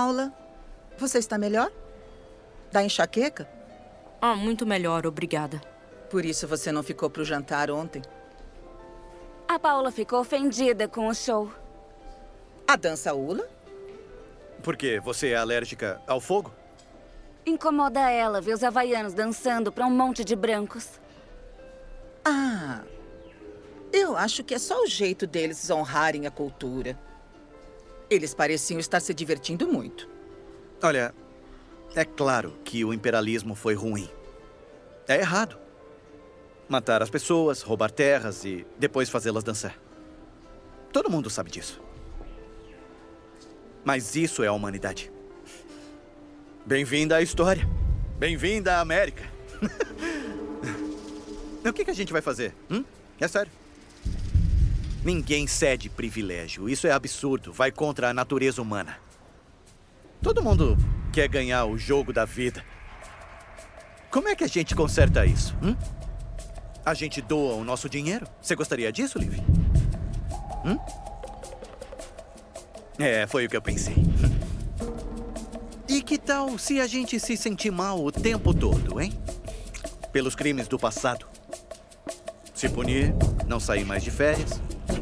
Paula, você está melhor? Da enxaqueca? Muito melhor, obrigada. Por isso você não ficou pro jantar ontem? A Paula ficou ofendida com o show. A dança hula? Por quê? Você é alérgica ao fogo? Incomoda ela ver os havaianos dançando pra um monte de brancos. Ah, eu acho que é só o jeito deles honrarem a cultura. Eles pareciam estar se divertindo muito. Olha, é claro que o imperialismo foi ruim. É errado. Matar as pessoas, roubar terras e depois fazê-las dançar. Todo mundo sabe disso. Mas isso é a humanidade. Bem-vinda à história. Bem-vinda à América. O que a gente vai fazer? É sério. Ninguém cede privilégio. Isso é absurdo. Vai contra a natureza humana. Todo mundo quer ganhar o jogo da vida. Como é que a gente conserta isso? A gente doa o nosso dinheiro? Você gostaria disso, Liv? Foi o que eu pensei. E que tal se a gente se sentir mal o tempo todo, hein? Pelos crimes do passado. Se punir, não sair mais de férias.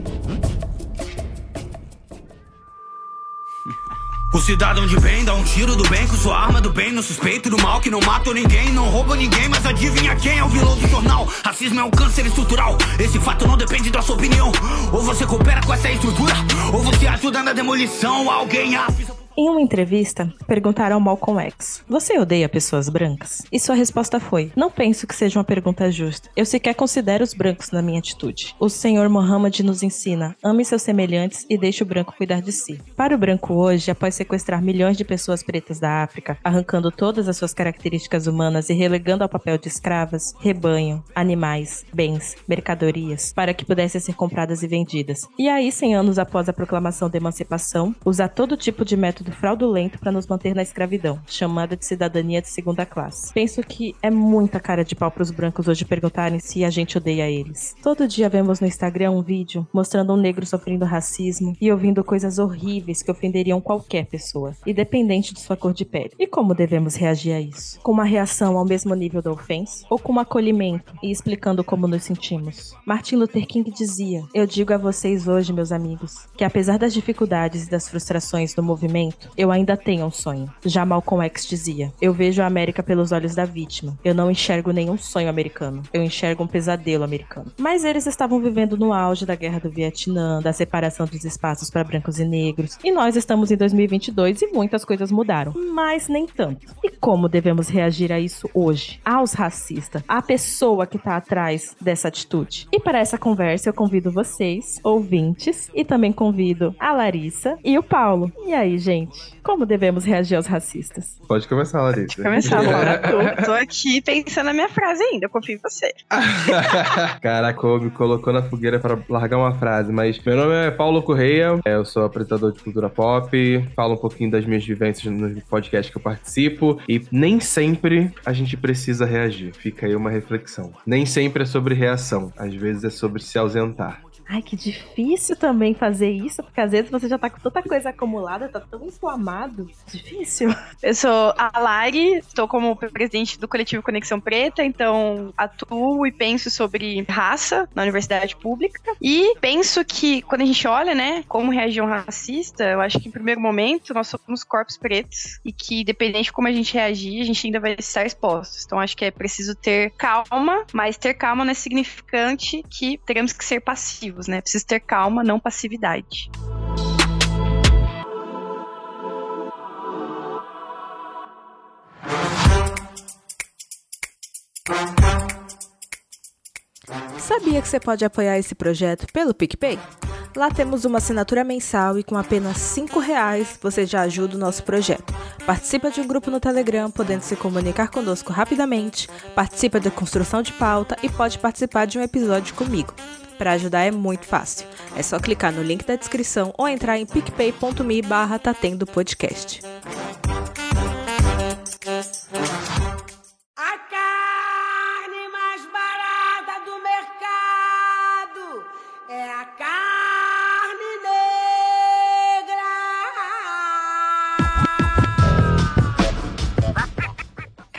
O cidadão de bem dá um tiro do bem com sua arma do bem no suspeito do mal que não matou ninguém, não roubou ninguém, mas adivinha quem é o vilão do jornal? Racismo é um câncer estrutural. Esse fato não depende da sua opinião. Ou você coopera com essa estrutura, ou você ajuda na demolição. Alguém avisa. Em uma entrevista, perguntaram ao Malcolm X: você odeia pessoas brancas? E sua resposta foi: não penso que seja uma pergunta justa. Eu sequer considero os brancos na minha atitude. O Senhor Muhammad nos ensina: ame seus semelhantes e deixe o branco cuidar de si. Para o branco hoje, após sequestrar milhões de pessoas pretas da África, arrancando todas as suas características humanas e relegando ao papel de escravas, rebanho, animais, bens, mercadorias, para que pudessem ser compradas e vendidas. E aí, 100 anos após a proclamação da emancipação, usar todo tipo de método fraudulento para nos manter na escravidão, chamada de cidadania de segunda classe. Penso que é muita cara de pau pros brancos hoje perguntarem se a gente odeia eles. Todo dia vemos no Instagram um vídeo mostrando um negro sofrendo racismo e ouvindo coisas horríveis que ofenderiam qualquer pessoa, independente de sua cor de pele. E como devemos reagir a isso? Com uma reação ao mesmo nível da ofensa? Ou com um acolhimento e explicando como nos sentimos? Martin Luther King dizia: eu digo a vocês hoje, meus amigos, que apesar das dificuldades e das frustrações do movimento, eu ainda tenho um sonho. Já Malcolm X dizia: eu vejo a América pelos olhos da vítima. Eu não enxergo nenhum sonho americano. Eu enxergo um pesadelo americano. Mas eles estavam vivendo no auge da guerra do Vietnã, da separação dos espaços para brancos e negros. E nós estamos em 2022 e muitas coisas mudaram. Mas nem tanto. E como devemos reagir a isso hoje? Aos racistas, à pessoa que está atrás dessa atitude. E para essa conversa eu convido vocês, ouvintes, e também convido a Larissa e o Paulo. E aí, gente? Como devemos reagir aos racistas? Pode começar, Larissa. Pode começar, Laura. Tô aqui pensando na minha frase ainda, eu confio em você. Caraca, me colocou na fogueira para largar uma frase, mas meu nome é Paulo Correia, eu sou apresentador de cultura pop, falo um pouquinho das minhas vivências no podcast que eu participo, e nem sempre a gente precisa reagir. Fica aí uma reflexão. Nem sempre é sobre reação, às vezes é sobre se ausentar. Ai, que difícil também fazer isso, porque às vezes você já tá com tanta coisa acumulada, tá tão inflamado. Difícil. Eu sou a Lari, estou como presidente do coletivo Conexão Preta, então atuo e penso sobre raça na universidade pública. E penso que quando a gente olha, né, como reagir a um racista, eu acho que em primeiro momento nós somos corpos pretos e que independente de como a gente reagir, a gente ainda vai estar expostos. Então acho que é preciso ter calma, mas ter calma não é significante que teremos que ser passivos. Né? Preciso ter calma, não passividade. Sabia que você pode apoiar esse projeto pelo PicPay? Lá temos uma assinatura mensal e com apenas R$5 você já ajuda o nosso projeto. Participa de um grupo no Telegram, podendo se comunicar conosco rapidamente, participa da construção de pauta e pode participar de um episódio comigo. Para ajudar é muito fácil. É só clicar no link da descrição ou entrar em picpay.me/tatendopodcast. A carne mais barata do mercado é a carne negra.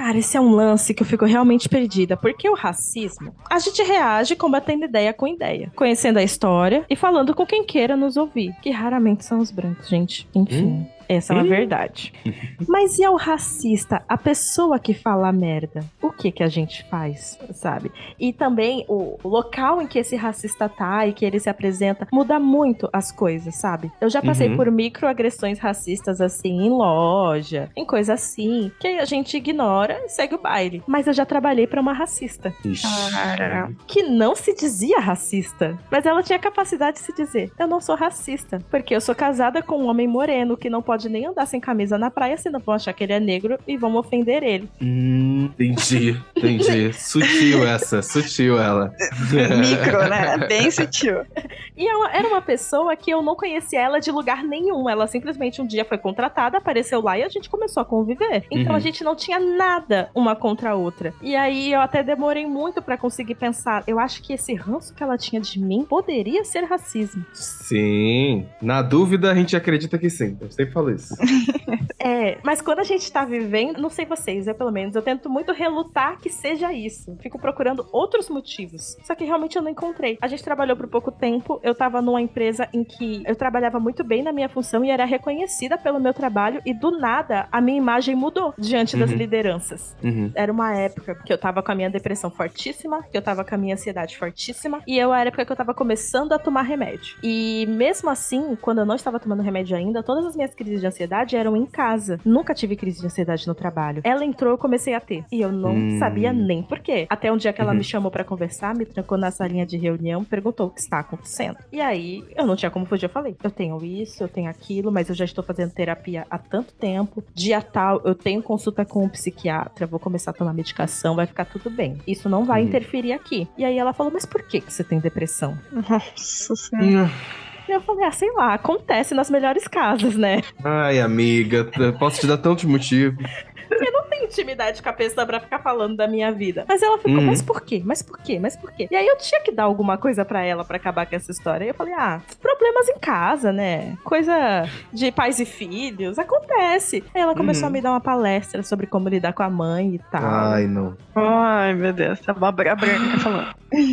Cara, esse é um lance que eu fico realmente perdida, porque o racismo, a gente reage combatendo ideia com ideia, conhecendo a história e falando com quem queira nos ouvir, que raramente são os brancos, gente. Enfim. Essa é uma verdade. Mas e ao racista, a pessoa que fala merda? O que a gente faz, sabe? E também o local em que esse racista tá e que ele se apresenta muda muito as coisas, sabe? Eu já passei por microagressões racistas assim em loja, em coisa assim, que a gente ignora e segue o baile. Mas eu já trabalhei pra uma racista. Que não se dizia racista, mas ela tinha a capacidade de se dizer: eu não sou racista, porque eu sou casada com um homem moreno que não pode nem andar sem camisa na praia, senão vão achar que ele é negro e vão ofender ele. Entendi. Sutil ela. Micro, né? Bem sutil. E ela era uma pessoa que eu não conhecia ela de lugar nenhum. Ela simplesmente um dia foi contratada, apareceu lá e a gente começou a conviver. Então a gente não tinha nada uma contra a outra. E aí eu até demorei muito pra conseguir pensar. Eu acho que esse ranço que ela tinha de mim poderia ser racismo. Sim. Na dúvida, a gente acredita que sim. Eu sempre falo isso. Mas quando a gente tá vivendo, não sei vocês, pelo menos, eu tento muito relutar que seja isso. Fico procurando outros motivos. Só que realmente eu não encontrei. A gente trabalhou por pouco tempo, eu tava numa empresa em que eu trabalhava muito bem na minha função e era reconhecida pelo meu trabalho e do nada a minha imagem mudou diante das lideranças. Era uma época que eu tava com a minha depressão fortíssima, que eu tava com a minha ansiedade fortíssima e era a época que eu tava começando a tomar remédio. E mesmo assim, quando eu não estava tomando remédio ainda, todas as minhas crises de ansiedade eram em casa. Nunca tive crise de ansiedade no trabalho. Ela entrou, eu comecei a ter. E eu não sabia nem por quê. Até um dia que ela me chamou pra conversar, me trancou na salinha de reunião, perguntou o que está acontecendo. E aí, eu não tinha como fugir. Eu falei, eu tenho isso, eu tenho aquilo, mas eu já estou fazendo terapia há tanto tempo. Dia tal, eu tenho consulta com um psiquiatra, vou começar a tomar medicação, vai ficar tudo bem. Isso não vai interferir aqui. E aí ela falou, mas por que você tem depressão? Nossa Senhora. E eu falei, sei lá, acontece nas melhores casas, né? Ai, amiga, posso te dar tantos motivos. Porque não tem intimidade com a pessoa pra ficar falando da minha vida. Mas ela ficou, mas por quê? Mas por quê? Mas por quê? E aí eu tinha que dar alguma coisa pra ela pra acabar com essa história. E eu falei, problemas em casa, né? Coisa de pais e filhos, acontece. Aí ela começou a me dar uma palestra sobre como lidar com a mãe e tal. Ai, não. Ai, meu Deus, tá a branca falando.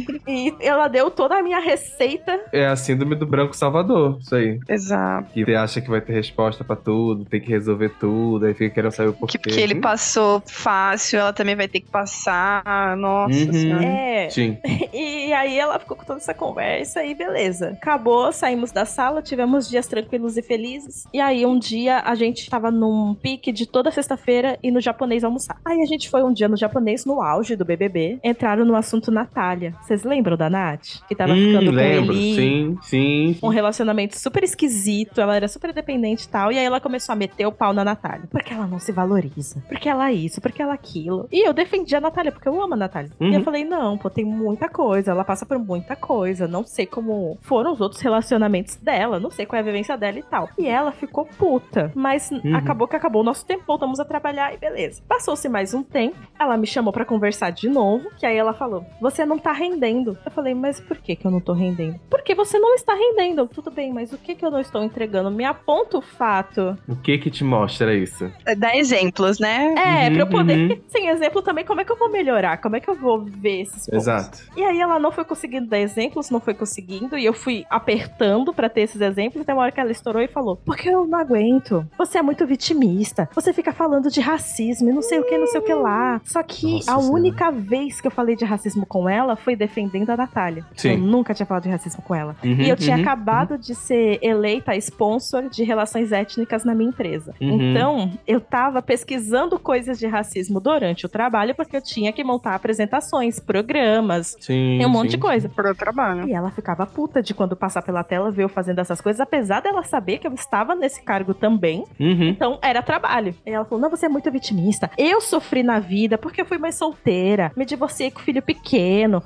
E ela deu toda a minha receita. É a síndrome do branco salvador, isso aí. Exato. Que você acha que vai ter resposta pra tudo, tem que resolver tudo, aí fica querendo saber o porquê. Que ele passou fácil, ela também vai ter que passar. Nossa Senhora. Sim. E aí ela ficou com toda essa conversa e beleza. Acabou, saímos da sala, tivemos dias tranquilos e felizes. E aí um dia a gente tava num pique de toda sexta-feira ir no japonês almoçar. Aí a gente foi um dia no japonês, no auge do BBB. Entraram no assunto Natália. Vocês lembram da Nath? Que tava ficando com ele. Sim. Um relacionamento super esquisito. Ela era super dependente e tal. E aí ela começou a meter o pau na Natália. Porque ela não se valoriza. Porque ela isso, porque ela aquilo. E eu defendi a Natália, porque eu amo a Natália. E eu falei, não, pô, tem muita coisa. Ela passa por muita coisa. Não sei como foram os outros relacionamentos dela. Não sei qual é a vivência dela e tal. E ela ficou puta. Mas acabou o nosso tempo. Voltamos a trabalhar e beleza. Passou-se mais um tempo. Ela me chamou pra conversar de novo. Que aí ela falou, você não tá rendendo. Eu falei, mas por que eu não tô rendendo? Porque você não está rendendo. Tudo bem, mas o que eu não estou entregando? Me aponta o fato. O que te mostra isso? Dá exemplos, né? Pra eu poder... Sem exemplo também, como é que eu vou melhorar? Como é que eu vou ver esses pontos? Exato. E aí ela não foi conseguindo dar exemplos, não foi conseguindo. E eu fui apertando pra ter esses exemplos. Até uma hora que ela estourou e falou, porque eu não aguento. Você é muito vitimista. Você fica falando de racismo e não sei o que lá. Só que a única vez que eu falei de racismo com ela foi defendendo a Natália. Sim. Eu nunca tinha falado de racismo com ela. E eu tinha acabado de ser eleita sponsor de relações étnicas na minha empresa. Então, eu tava pesquisando coisas de racismo durante o trabalho, porque eu tinha que montar apresentações, programas, e um monte de coisa. Pro trabalho. E ela ficava puta de quando passar pela tela ver eu fazendo essas coisas, apesar dela saber que eu estava nesse cargo também. Então, era trabalho. E ela falou, não, você é muito vitimista. Eu sofri na vida porque eu fui mãe solteira, me divorciei com filho pequeno,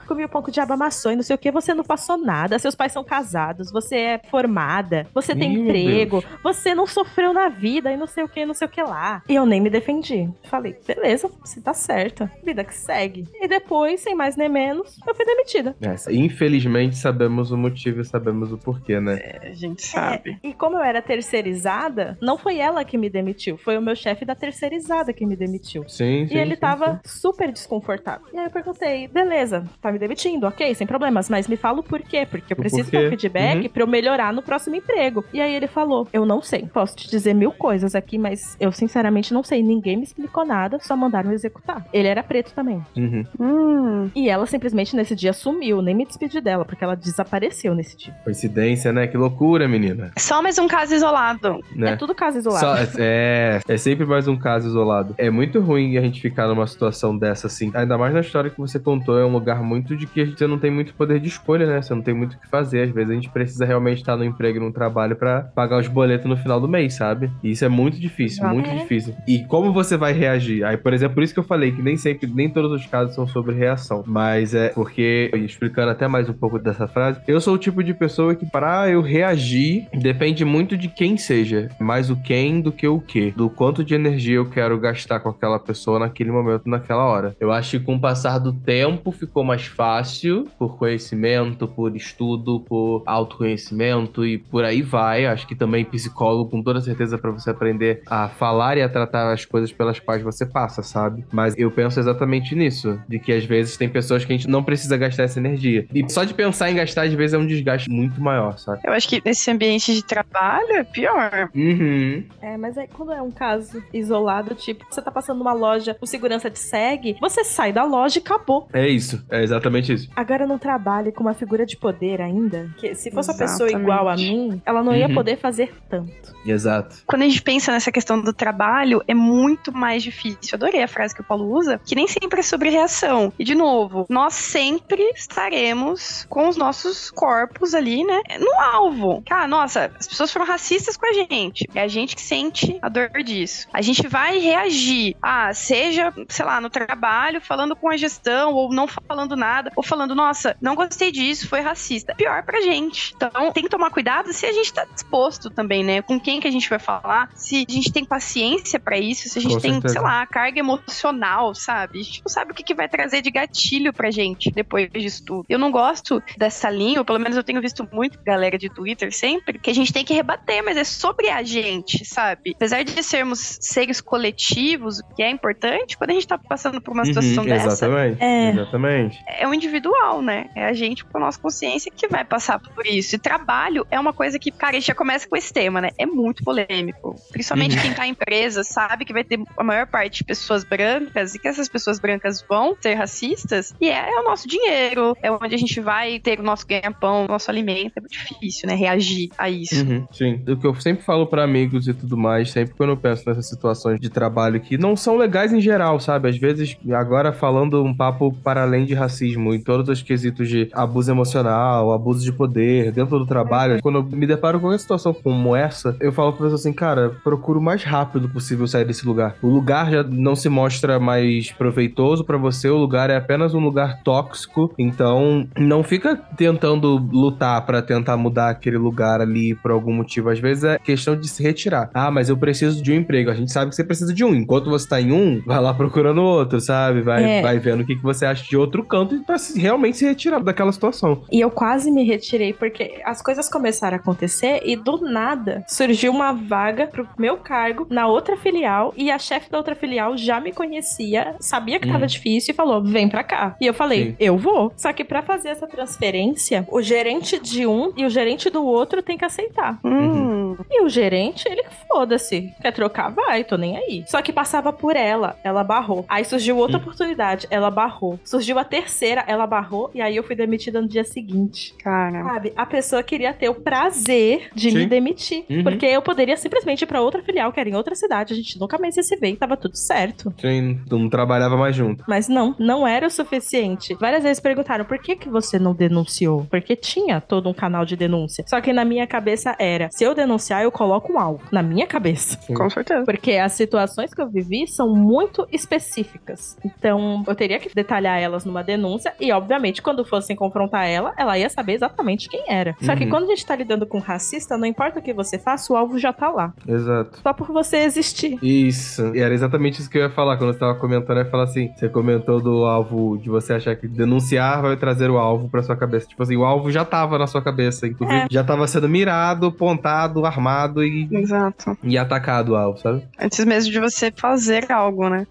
comi o pão que o diabo amassou e não sei o que. Você não passou nada, seus pais são casados, você é formada, você tem emprego, você não sofreu na vida e não sei o que lá. E eu nem me defendi. Falei, beleza, você tá certa. Vida que segue. E depois, sem mais nem menos, eu fui demitida. Infelizmente, sabemos o motivo e sabemos o porquê, né? A gente sabe. E como eu era terceirizada, não foi ela que me demitiu, foi o meu chefe da terceirizada que me demitiu. Sim. E ele tava super desconfortável. E aí eu perguntei, beleza, tá me demitindo, ok, sem problemas, mas me fala o porquê, porque eu preciso ter um feedback pra eu melhorar no próximo emprego. E aí ele falou, eu não sei, posso te dizer 1000 coisas aqui, mas eu sinceramente não sei, ninguém me explicou nada, só mandaram executar. Ele era preto também. E ela simplesmente nesse dia sumiu, nem me despedi dela, porque ela desapareceu nesse dia. Coincidência, né? Que loucura, menina. Só mais um caso isolado. Né? É tudo caso isolado. É sempre mais um caso isolado. É muito ruim a gente ficar numa situação dessa, assim. Ainda mais na história que você contou, é um lugar muito de que você não tem muito poder de escolha, né? Você não tem muito o que fazer. Às vezes a gente precisa realmente estar no emprego, num trabalho pra pagar os boletos no final do mês, sabe? E isso é muito difícil, muito difícil. E como você vai reagir? Aí, por exemplo, por isso que eu falei que nem todos os casos são sobre reação. Mas é porque, explicando até mais um pouco dessa frase, eu sou o tipo de pessoa que pra eu reagir, depende muito de quem seja. Mais o quem do que o que. Do quanto de energia eu quero gastar com aquela pessoa naquele momento, naquela hora. Eu acho que com o passar do tempo ficou mais fácil, por conhecimento, por estudo, por autoconhecimento e por aí vai. Acho que também psicólogo, com toda certeza, pra você aprender a falar e a tratar as coisas pelas quais você passa, sabe? Mas eu penso exatamente nisso, de que às vezes tem pessoas que a gente não precisa gastar essa energia. E só de pensar em gastar, às vezes, é um desgaste muito maior, sabe? Eu acho que nesse ambiente de trabalho é pior. Mas aí quando é um caso isolado, tipo, você tá passando numa loja, o segurança te segue, você sai da loja e acabou. É isso, é exatamente isso. Agora não trabalhe com uma figura de poder ainda, que se fosse uma pessoa igual a mim, ela não ia poder fazer tanto. Exato. Quando a gente pensa nessa questão do trabalho, é muito mais difícil. Eu adorei a frase que o Paulo usa, que nem sempre é sobre reação. E, de novo, nós sempre estaremos com os nossos corpos ali, né, no alvo. Ah, nossa, as pessoas foram racistas com a gente. É a gente que sente a dor disso. A gente vai reagir. Seja, sei lá, no trabalho, falando com a gestão, ou não falando nada, ou falando, nossa, não gostei disso, foi racista. Pior pra gente. Então, tem que tomar cuidado se a gente tá disposto também, né? Com quem que a gente vai falar, se a gente tem paciência pra isso, se a gente tem, sei lá, carga emocional, sabe? A gente não sabe o que vai trazer de gatilho pra gente depois disso tudo. Eu não gosto dessa linha, ou pelo menos eu tenho visto muito galera de Twitter sempre, que a gente tem que rebater, mas é sobre a gente, sabe? Apesar de sermos seres coletivos, o que é importante, quando a gente tá passando por uma situação dessa... Exatamente. É o individual, né? É a gente com a nossa consciência que vai passar por isso. E trabalho é uma coisa que, cara, a gente já começa com esse tema, né? É muito polêmico. Principalmente quem tá em empresa sabe que vai ter a maior parte de pessoas brancas e que essas pessoas brancas vão ser racistas. E é o nosso dinheiro, é onde a gente vai ter o nosso ganha-pão, o nosso alimento. É muito difícil, né? Reagir a isso. Sim. O que eu sempre falo pra amigos e tudo mais, sempre quando eu penso nessas situações de trabalho que não são legais em geral, sabe? Às vezes, agora falando um papo para além de racismo, em todos os quesitos de abuso emocional, abuso de poder, dentro do trabalho, quando eu me deparo com uma situação como essa, eu falo pra pessoa assim, cara, procura o mais rápido possível sair desse lugar. O lugar já não se mostra mais proveitoso pra você, o lugar é apenas um lugar tóxico, então não fica tentando lutar pra tentar mudar aquele lugar ali por algum motivo. Às vezes é questão de se retirar. Mas eu preciso de um emprego. A gente sabe que você precisa de um. Enquanto você tá em um, vai lá procurando outro, sabe? Vai vendo o que você acha de outro canto pra realmente se retirar daquela situação. E eu quase me retirei, porque as coisas começaram a acontecer e do nada surgiu uma vaga pro meu cargo na outra filial e a chefe da outra filial já me conhecia, sabia que tava difícil e falou, vem pra cá. E eu falei, eu vou. Só que pra fazer essa transferência, o gerente de um e o gerente do outro tem que aceitar. E o gerente, ele foda-se. Quer trocar? Vai, tô nem aí. Só que passava por ela barrou. Aí surgiu outra oportunidade, ela barrou. Surgiu a terceira, ela barrou e aí eu fui demitida no dia seguinte. Cara. Sabe? A pessoa queria ter o prazer de me demitir. Porque eu poderia simplesmente ir pra outra filial, que era em outra cidade, a gente nunca mais ia se ver e tava tudo certo. Sim, não trabalhava mais junto. Mas não era o suficiente. Várias vezes perguntaram, por que você não denunciou? Porque tinha todo um canal de denúncia. Só que na minha cabeça era, se eu denunciar, denunciar, eu coloco um alvo na minha cabeça. Com certeza. Porque as situações que eu vivi são muito específicas. Então, eu teria que detalhar elas numa denúncia e, obviamente, quando fossem confrontar ela ia saber exatamente quem era. Só que quando a gente tá lidando com racista, não importa o que você faça, o alvo já tá lá. Exato. Só por você existir. Isso. E era exatamente isso que eu ia falar quando você tava comentando. Eu ia falar assim, você comentou do alvo, de você achar que denunciar vai trazer o alvo pra sua cabeça. Tipo assim, o alvo já tava na sua cabeça. Inclusive, já tava sendo mirado, apontado, armado Exato. e atacado o alvo, sabe? Antes mesmo de você fazer algo, né?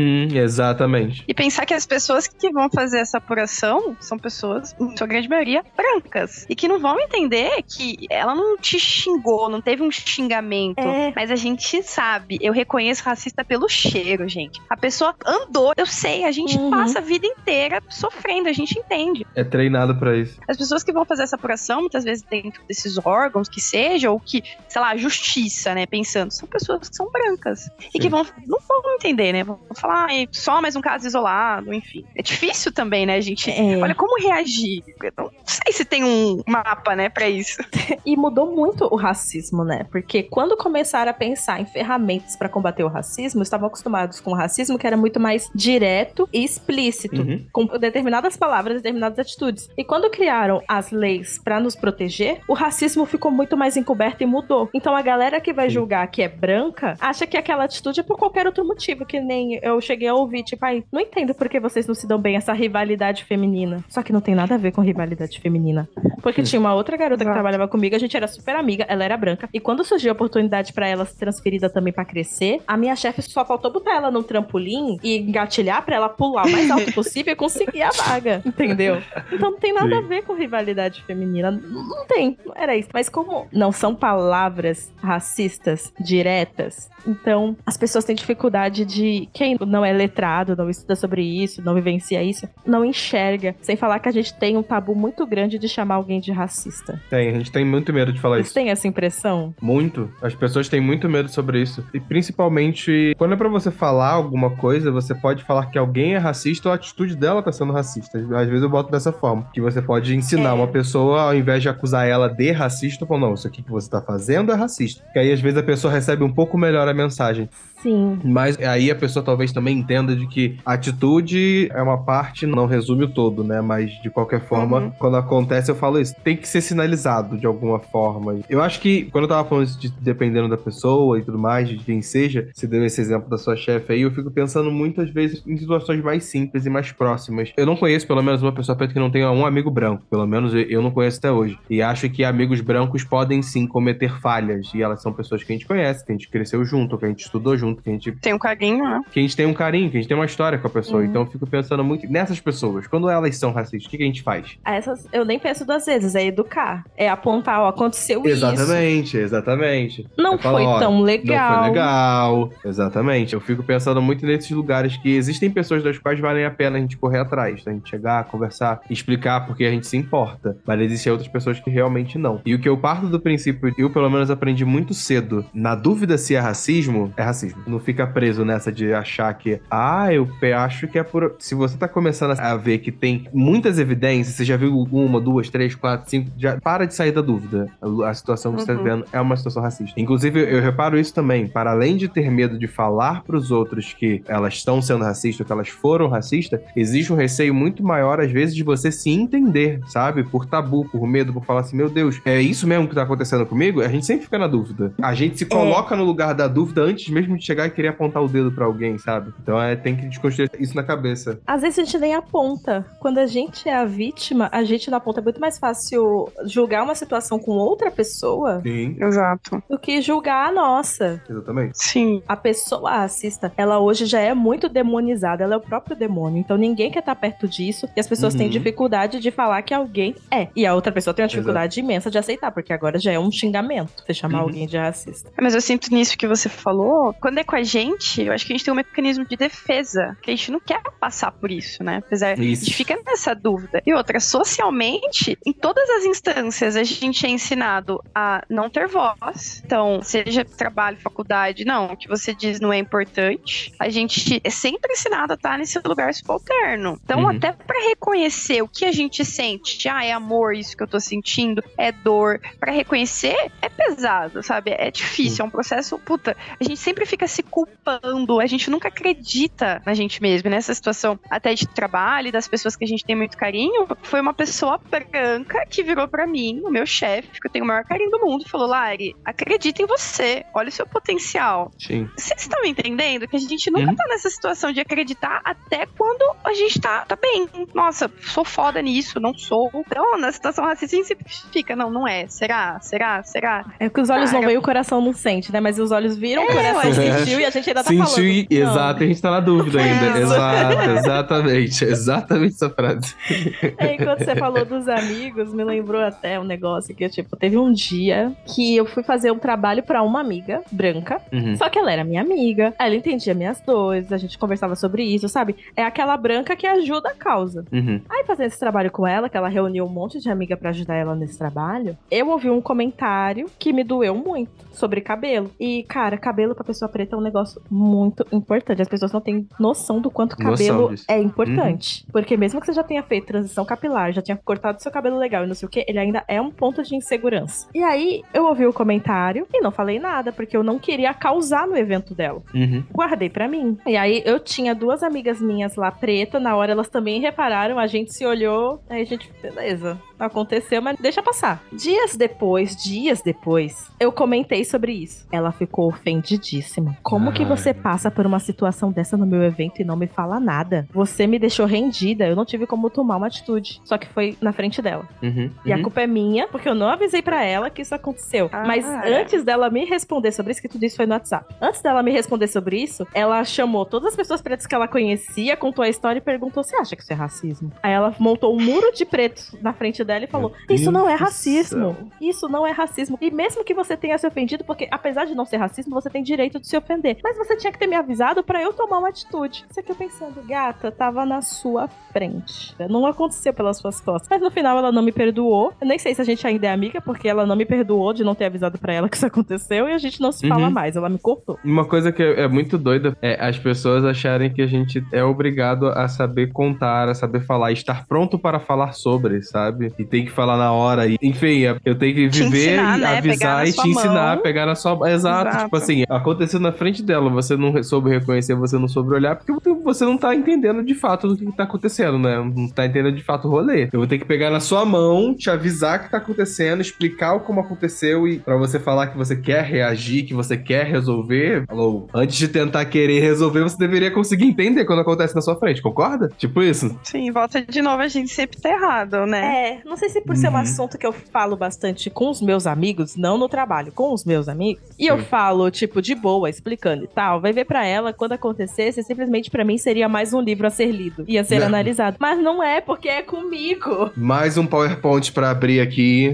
Exatamente. E pensar que as pessoas que vão fazer essa apuração são pessoas, em sua grande maioria, brancas. E que não vão entender que ela não te xingou, não teve um xingamento. Mas a gente sabe, eu reconheço racista pelo cheiro, gente. A pessoa andou, eu sei, a gente passa a vida inteira sofrendo, a gente entende. É treinado pra isso. As pessoas que vão fazer essa apuração, muitas vezes dentro desses órgãos, que seja, ou que, sei lá, justiça, né, pensando, são pessoas que são brancas. E que não vão entender, né, vão falar, só mais um caso isolado, enfim. É difícil também, né, gente? Olha, como reagir? Eu não sei se tem um mapa, né, pra isso. E mudou muito o racismo, né, porque quando começaram a pensar em ferramentas pra combater o racismo, estavam acostumados com o racismo que era muito mais direto e explícito, com determinadas palavras, determinadas atitudes. E quando criaram as leis pra nos proteger, o racismo ficou muito mais encoberto e mudou. Então a galera que vai julgar que é branca, acha que aquela atitude é por qualquer outro motivo, que nem eu cheguei a ouvir, tipo, não entendo por que vocês não se dão bem, essa rivalidade feminina. Só que não tem nada a ver com rivalidade feminina. Porque tinha uma outra garota que trabalhava comigo, a gente era super amiga, ela era branca, e quando surgiu a oportunidade pra ela ser transferida também pra crescer, a minha chefe só faltou botar ela num trampolim e engatilhar pra ela pular o mais alto possível e conseguir a vaga, entendeu? Então não tem nada a ver com rivalidade feminina, não tem, não era isso. Mas como não são palavras racistas diretas, então as pessoas têm dificuldade de, quem não é letrado, não estuda sobre isso, não vivencia isso, não enxerga, sem falar que a gente tem um tabu muito grande de chamar alguém de racista. A gente tem muito medo de falar isso. Vocês têm essa impressão? Muito. As pessoas têm muito medo sobre isso. E principalmente, quando é pra você falar alguma coisa, você pode falar que alguém é racista ou a atitude dela tá sendo racista. Às vezes eu boto dessa forma. Que você pode ensinar uma pessoa, ao invés de acusar ela de racista, falar, não, isso aqui que você tá fazendo é racista. Que aí às vezes a pessoa recebe um pouco melhor a mensagem. Sim. Mas aí a pessoa talvez também entenda de que a atitude é uma parte, não resume o todo, né? Mas de qualquer forma, quando acontece eu falo isso. Tem que ser sinalizado de alguma forma. Eu acho que, quando eu tava falando de dependendo da pessoa e tudo mais, de quem seja, você deu esse exemplo da sua chefe aí, eu fico pensando muitas vezes em situações mais simples e mais próximas. Eu não conheço pelo menos uma pessoa preta que não tenha um amigo branco. Pelo menos eu não conheço até hoje. E acho que amigos brancos podem sim cometer falhas. E elas são pessoas que a gente conhece, que a gente cresceu junto, que a gente estudou junto, que a gente tem um carinho, né? Que a gente tem um carinho, que a gente tem uma história com a pessoa. Então eu fico pensando muito nessas pessoas. Quando elas são racistas, o que a gente faz? Essas eu nem penso duas vezes, é educar. É apontar, ó, aconteceu exatamente, isso. Exatamente. Não foi tão legal. Não foi legal. Exatamente. Eu fico pensando muito nesses lugares que existem pessoas das quais valem a pena a gente correr atrás, né? A gente chegar, conversar, explicar porque a gente se importa. Mas existem outras pessoas que realmente não. E o que eu parto do princípio, eu pelo menos aprendi muito cedo, na dúvida se é racismo, é racismo. Não fica preso nessa de achar que, eu acho que é por... Se você tá começando a ver que tem muitas evidências, você já viu 1, 2, 3, 4, 5, já para de sair da dúvida. A situação que você tá vivendo é uma situação racista. Inclusive, eu reparo isso também. Para além de ter medo de falar pros outros que elas estão sendo racistas, ou que elas foram racistas, existe um receio muito maior, às vezes, de você se entender, sabe? Por tabu, por medo, por falar assim, meu Deus, é isso mesmo que tá acontecendo comigo? A gente sempre fica na dúvida. A gente se coloca no lugar da dúvida antes mesmo de chegar e querer apontar o dedo pra alguém, sabe? Então tem que desconstruir isso na cabeça. Às vezes a gente nem aponta. Quando a gente é a vítima, a gente não aponta. É muito mais fácil julgar uma situação com outra pessoa. Sim. Exato. Do que julgar a nossa. Exatamente. Sim. A pessoa racista, ela hoje já é muito demonizada. Ela é o próprio demônio. Então ninguém quer estar perto disso. E as pessoas têm dificuldade de falar que alguém é. E a outra pessoa tem uma dificuldade imensa de aceitar, porque agora já é um xingamento você chamar alguém de racista. Mas eu sinto nisso que você falou, quando é com a gente, eu acho que a gente tem um mecanismo de defesa, que a gente não quer passar por isso, né? Apesar, a gente fica nessa dúvida. E outra, socialmente, em todas as instâncias a gente é ensinado a não ter voz. Então, seja trabalho, faculdade, não, o que você diz não é importante. A gente é sempre ensinado a estar nesse lugar subalterno. Então, até pra reconhecer o que a gente sente, é amor isso que eu tô sentindo, é dor, pra reconhecer é pesado, sabe? É difícil, é um processo, a gente sempre fica se culpando, a gente nunca acredita na gente mesmo, nessa situação até de trabalho, das pessoas que a gente tem muito carinho. Foi uma pessoa branca que virou pra mim, o meu chefe, que eu tenho o maior carinho do mundo, e falou: Lari, acredita em você, olha o seu potencial. Sim. Vocês estão entendendo que a gente nunca tá nessa situação de acreditar até quando a gente tá bem. Nossa, sou foda nisso, não sou. Então, na situação racista, a gente sempre fica, não é. Será? É que os olhos não veem, o coração não sente, né? Mas os olhos viram, o coração sentiu e a gente ainda tá falando. Sentiu, exato, a gente tá na dúvida ainda. Exatamente essa frase. E quando você falou dos amigos, me lembrou até um negócio que, teve um dia que eu fui fazer um trabalho pra uma amiga branca, só que ela era minha amiga, ela entendia minhas dores, a gente conversava sobre isso, sabe? É aquela branca que ajuda a causa. Aí, fazendo esse trabalho com ela, que ela reuniu um monte de amiga pra ajudar ela nesse trabalho, eu ouvi um comentário que me doeu muito sobre cabelo. E, cara, cabelo pra pessoa preta é um negócio muito importante. As pessoas não têm noção do quanto cabelo é importante. Porque mesmo que você já tenha feito transição capilar, já tinha cortado seu cabelo legal e não sei o que, ele ainda é um ponto de insegurança. E aí, eu ouvi o comentário e não falei nada, porque eu não queria causar no evento dela. Guardei pra mim. E aí, eu tinha 2 amigas minhas lá preta, na hora elas também repararam, a gente se olhou, aí a gente, beleza, aconteceu, mas deixa passar. Dias depois, eu comentei sobre isso. Ela ficou ofendidíssima. Como que você passa por uma situação dessa no meu evento e não me fala nada? Você me deixou rendida, eu não tive como tomar uma atitude. Só que foi na frente dela. E a culpa é minha, porque eu não avisei pra ela que isso aconteceu. Mas antes dela me responder sobre isso, que tudo isso foi no WhatsApp. Antes dela me responder sobre isso, ela chamou todas as pessoas pretas que ela conhecia, contou a história e perguntou: você acha que isso é racismo? Aí ela montou um muro de pretos na frente dela e falou: isso não é racismo. Isso não é racismo. E mesmo que você tenha se ofendido, porque apesar de não ser racismo, você tem direito de se ofender. Mas você tinha que ter me avisado pra eu tomar uma atitude. Isso aqui eu pensando, gata, tava na sua frente. Não aconteceu pelas suas costas. Mas no final ela não me perdoou. Eu nem sei se a gente ainda é amiga, porque ela não me perdoou de não ter avisado pra ela que isso aconteceu e a gente não se fala mais. Ela me cortou. Uma coisa que é muito doida é as pessoas acharem que a gente é obrigado a saber contar, a saber falar, estar pronto para falar sobre, sabe? E tem que falar na hora. E, enfim, eu tenho que viver ensinar, e né? avisar e te ensinar, pegar na sua... Exato. Tipo assim, aconteceu na frente dela, você não soube reconhecer, você não soube olhar, porque você não tá entendendo de fato do que tá acontecendo, né? Não tá entendendo de fato o rolê. Eu vou ter que pegar na sua mão, te avisar o que tá acontecendo, explicar como aconteceu e pra você falar que você quer reagir, que você quer resolver. Falou, antes de tentar querer resolver, você deveria conseguir entender quando acontece na sua frente, concorda? Tipo isso? Sim, volta de novo, a gente sempre tá errado, né? Não sei se por ser um assunto que eu falo bastante com os meus amigos, não no trabalho, com os meus amigos, e eu falo, de boa, explicando e tal, vai ver pra ela, quando acontecesse, simplesmente pra mim seria mais um livro a ser lido, ia ser analisado. Mas não é, porque é comigo. Mais um PowerPoint pra abrir aqui,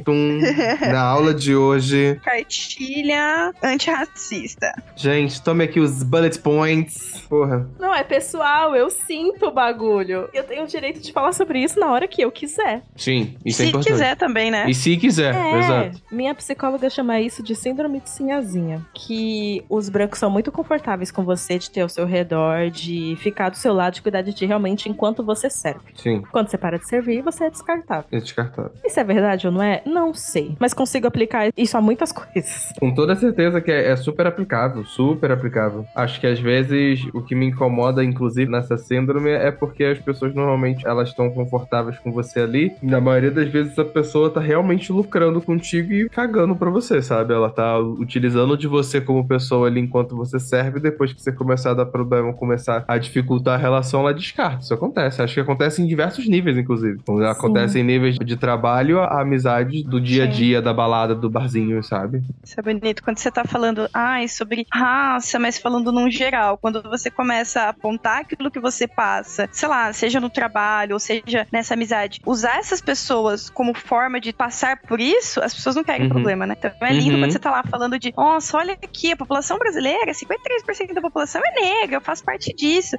na aula de hoje. Cartilha antirracista. Gente, tome aqui os bullet points. Porra. Não, é pessoal, eu sinto o bagulho. Eu tenho o direito de falar sobre isso na hora que eu quiser. Sim, isso é se importante. quiser também, né? E se quiser, exato. Minha psicóloga chama isso de síndrome de sinhazinha. Que os brancos são muito confortáveis com você, de ter ao seu redor, de ficar do seu lado, de cuidar de ti realmente enquanto você serve. Sim. Quando você para de servir, você é descartável. É descartável. Isso é verdade ou não é? Não sei. Mas consigo aplicar isso a muitas coisas. Com toda certeza que é super aplicável, super aplicável. Acho que às vezes o que me incomoda, inclusive, nessa síndrome é porque as pessoas normalmente elas estão confortáveis com você ali. E na maioria das vezes a pessoa tá realmente lucrando contigo e cagando pra você, sabe? Ela tá utilizando de você como pessoa ali enquanto você serve. Depois que você começar a dar problema, começar a dificultar a relação, ela descarta. Isso acontece. Acho que acontece em diversos níveis, inclusive. Quando acontece em níveis de trabalho, a amizade do dia a dia, da balada, do barzinho, sabe? Isso é bonito. Quando você tá falando, sobre raça, mas falando num geral, quando você começa a apontar aquilo que você passa, sei lá, seja no trabalho, ou seja nessa amizade, usar essas pessoas como forma de passar por isso, as pessoas não querem problema, né? Então é lindo quando você tá lá falando de, nossa, olha aqui, a população brasileira, 53% da população é negra, eu faço parte disso.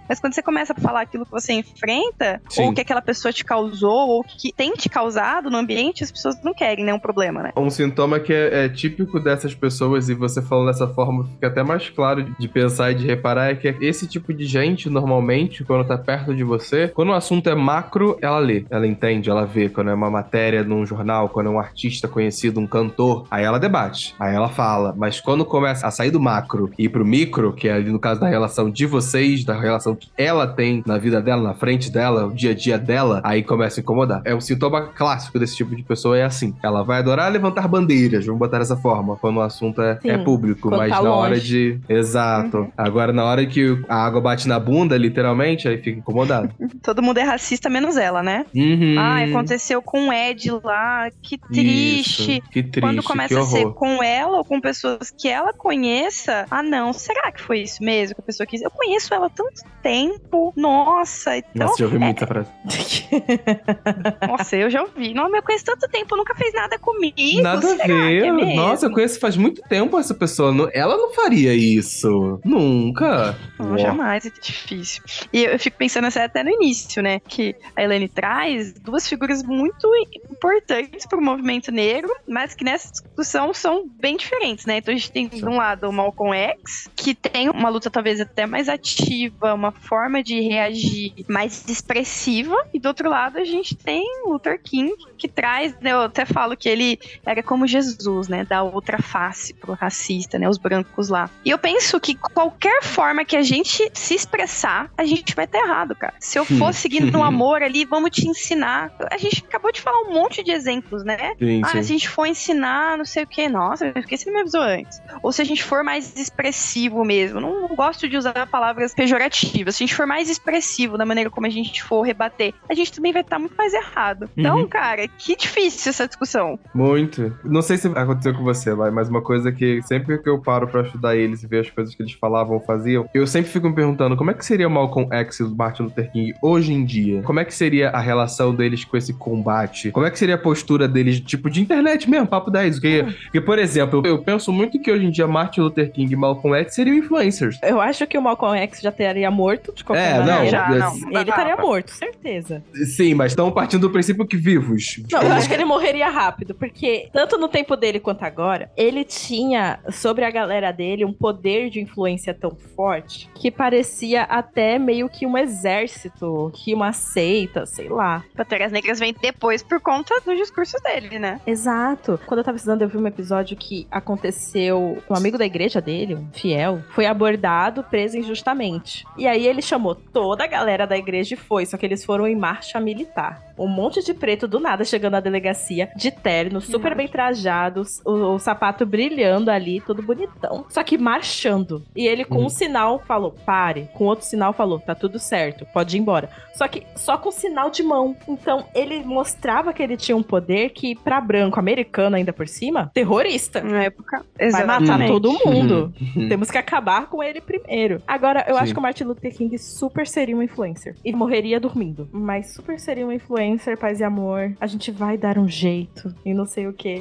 Mas quando você começa a falar aquilo que você enfrenta, Sim. ou que aquela pessoa te causou, ou que tem te causado no ambiente, as pessoas não querem, né? Um problema, né? Um sintoma que é típico dessas pessoas, e você falando dessa forma fica até mais claro de pensar e de reparar, é que esse tipo de gente, normalmente, quando tá perto de você, quando o assunto é macro, ela lê, ela entende, ela vê. Quando é uma matéria num jornal, quando é um artista conhecido, um cantor, aí ela debate, aí ela fala. Mas quando começa a sair do macro e ir pro micro, que é ali no caso da relação de vocês, da relação que ela tem na vida dela, na frente dela, o dia a dia dela, aí começa a incomodar. É um sintoma clássico desse tipo de pessoa, é assim. Ela vai adorar levantar bandeiras, vamos botar dessa forma, quando o assunto é público, quando mas tá na longe. hora de... Exato. Agora, na hora que a água bate na bunda, literalmente, aí fica incomodado. Todo mundo é racista, menos ela, né? Uhum. Ah, aconteceu com o Ed lá, que triste. Isso, que triste, Quando que começa a horror. ser com ela ou com pessoas que ela conheça, ah não, será que foi isso mesmo que a pessoa quis? Eu conheço ela há tanto tempo, nossa, então... Nossa, já ouvi muito essa frase. Nossa, eu já ouvi. Não, eu conheço tanto tempo, nunca fez nada comigo. Nada a será ver. que é mesmo? Nossa, eu conheço faz muito tempo essa pessoa. Ela não faria isso. Nunca. Não, Uó. jamais, é difícil. E eu fico pensando assim, até no início, né? Que a Elaine traz duas figuras muito importantes para o movimento negro, mas que nessa discussão são bem diferentes, né? Então a gente tem, de um lado, o Malcolm X, que tem uma luta talvez até mais ativa, uma forma de reagir mais expressiva, e do outro lado a gente tem o Luther King, que traz, né? Eu até falo que ele era como Jesus, né? Da outra face pro racista, né? Os brancos lá. E eu penso que qualquer forma que a gente se expressar, a gente vai estar errado, cara. Se eu for seguindo no amor ali, vamos te ensinar. A gente acabou de falar um monte de exemplos, né? Sim, Se sim. a gente for ensinar, não sei o que, nossa, por que você não me avisou antes? Ou se a gente for mais expressivo mesmo, não gosto de usar palavras pejorativas, se a gente for mais expressivo da maneira como a gente for rebater, a gente também vai estar muito mais errado. Então, cara, que difícil essa discussão. Muito. Não sei se aconteceu com você, Lai, mas uma coisa que sempre que eu paro pra estudar eles e ver as coisas que eles falavam, faziam, eu sempre fico me perguntando como é que seria o Malcolm X e o Martin Luther King hoje em dia? Como é que seria a relação deles com esse combate? Como é que seria a postura deles, tipo, de internet mesmo, papo 10? Porque, por exemplo, eu penso muito que hoje em dia Martin Luther King e Malcolm X seriam influencers. Eu acho que o Malcolm X já teria morto de qualquer Não, maneira. Já, não. Ele estaria morto, certeza. Sim, mas estão partindo do princípio que vivos. Não, eu acho que ele morreria rápido, porque tanto no tempo dele quanto agora, ele tinha sobre a galera dele um poder de influência tão forte que parecia até meio que um exército, que uma seita, sei lá. Panteras Negras vem depois por conta dos discursos dele, né? Exato. Quando eu tava estudando, eu vi um episódio que aconteceu com um amigo da igreja dele, um fiel, foi abordado, preso injustamente. E aí ele chamou toda a galera da igreja e foi, só que eles foram em marcha militar. Um monte de preto do nada chegando na delegacia, de terno, super bem trajados, o sapato brilhando ali, todo bonitão. Só que marchando. E ele com um sinal falou, pare. Com outro sinal falou, tá tudo certo, pode ir embora. Só que só com sinal de mão. Então ele mostrava que ele tinha um poder que, pra branco, americano ainda por cima, terrorista. Na época, Vai matar todo mundo. Uhum. Temos que acabar com ele primeiro. Agora, eu Sim. acho que o Martin Luther King super seria um influencer. E morreria dormindo. Mas super seria um influencer, paz e amor. A gente vai dar um jeito. E não sei o quê.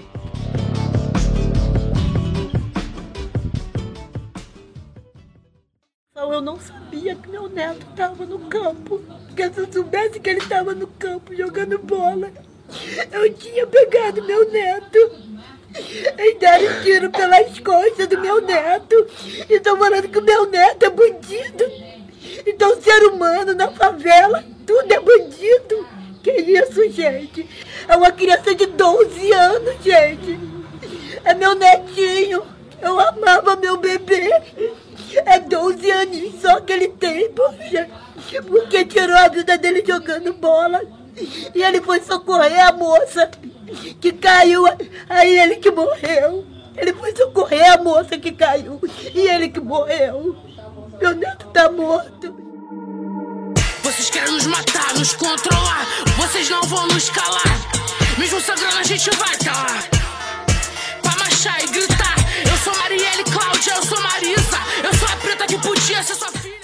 Eu não sabia que meu neto estava no campo. Porque se eu soubesse que ele estava no campo jogando bola, eu tinha pegado meu neto e deram tiro pelas costas do meu neto. E estão falando que o meu neto é bandido. Então, ser humano na favela, tudo é bandido. Que isso, gente? É uma criança de 12 anos, gente. É meu netinho. Eu amava meu bebê. É 12 aninhos só que ele tem, poxa. Porque tirou a vida dele jogando bola. E ele foi socorrer a moça que caiu. Aí ele que morreu. Ele foi socorrer a moça que caiu. E ele que morreu. Meu neto tá morto. Vocês querem nos matar, nos controlar. Vocês não vão nos calar. Mesmo sangrando a gente vai calar. Pra marchar e gritar. Eu sou Marielle Cláudia, eu sou Marisa. Eu sou a preta que podia ser sua filha.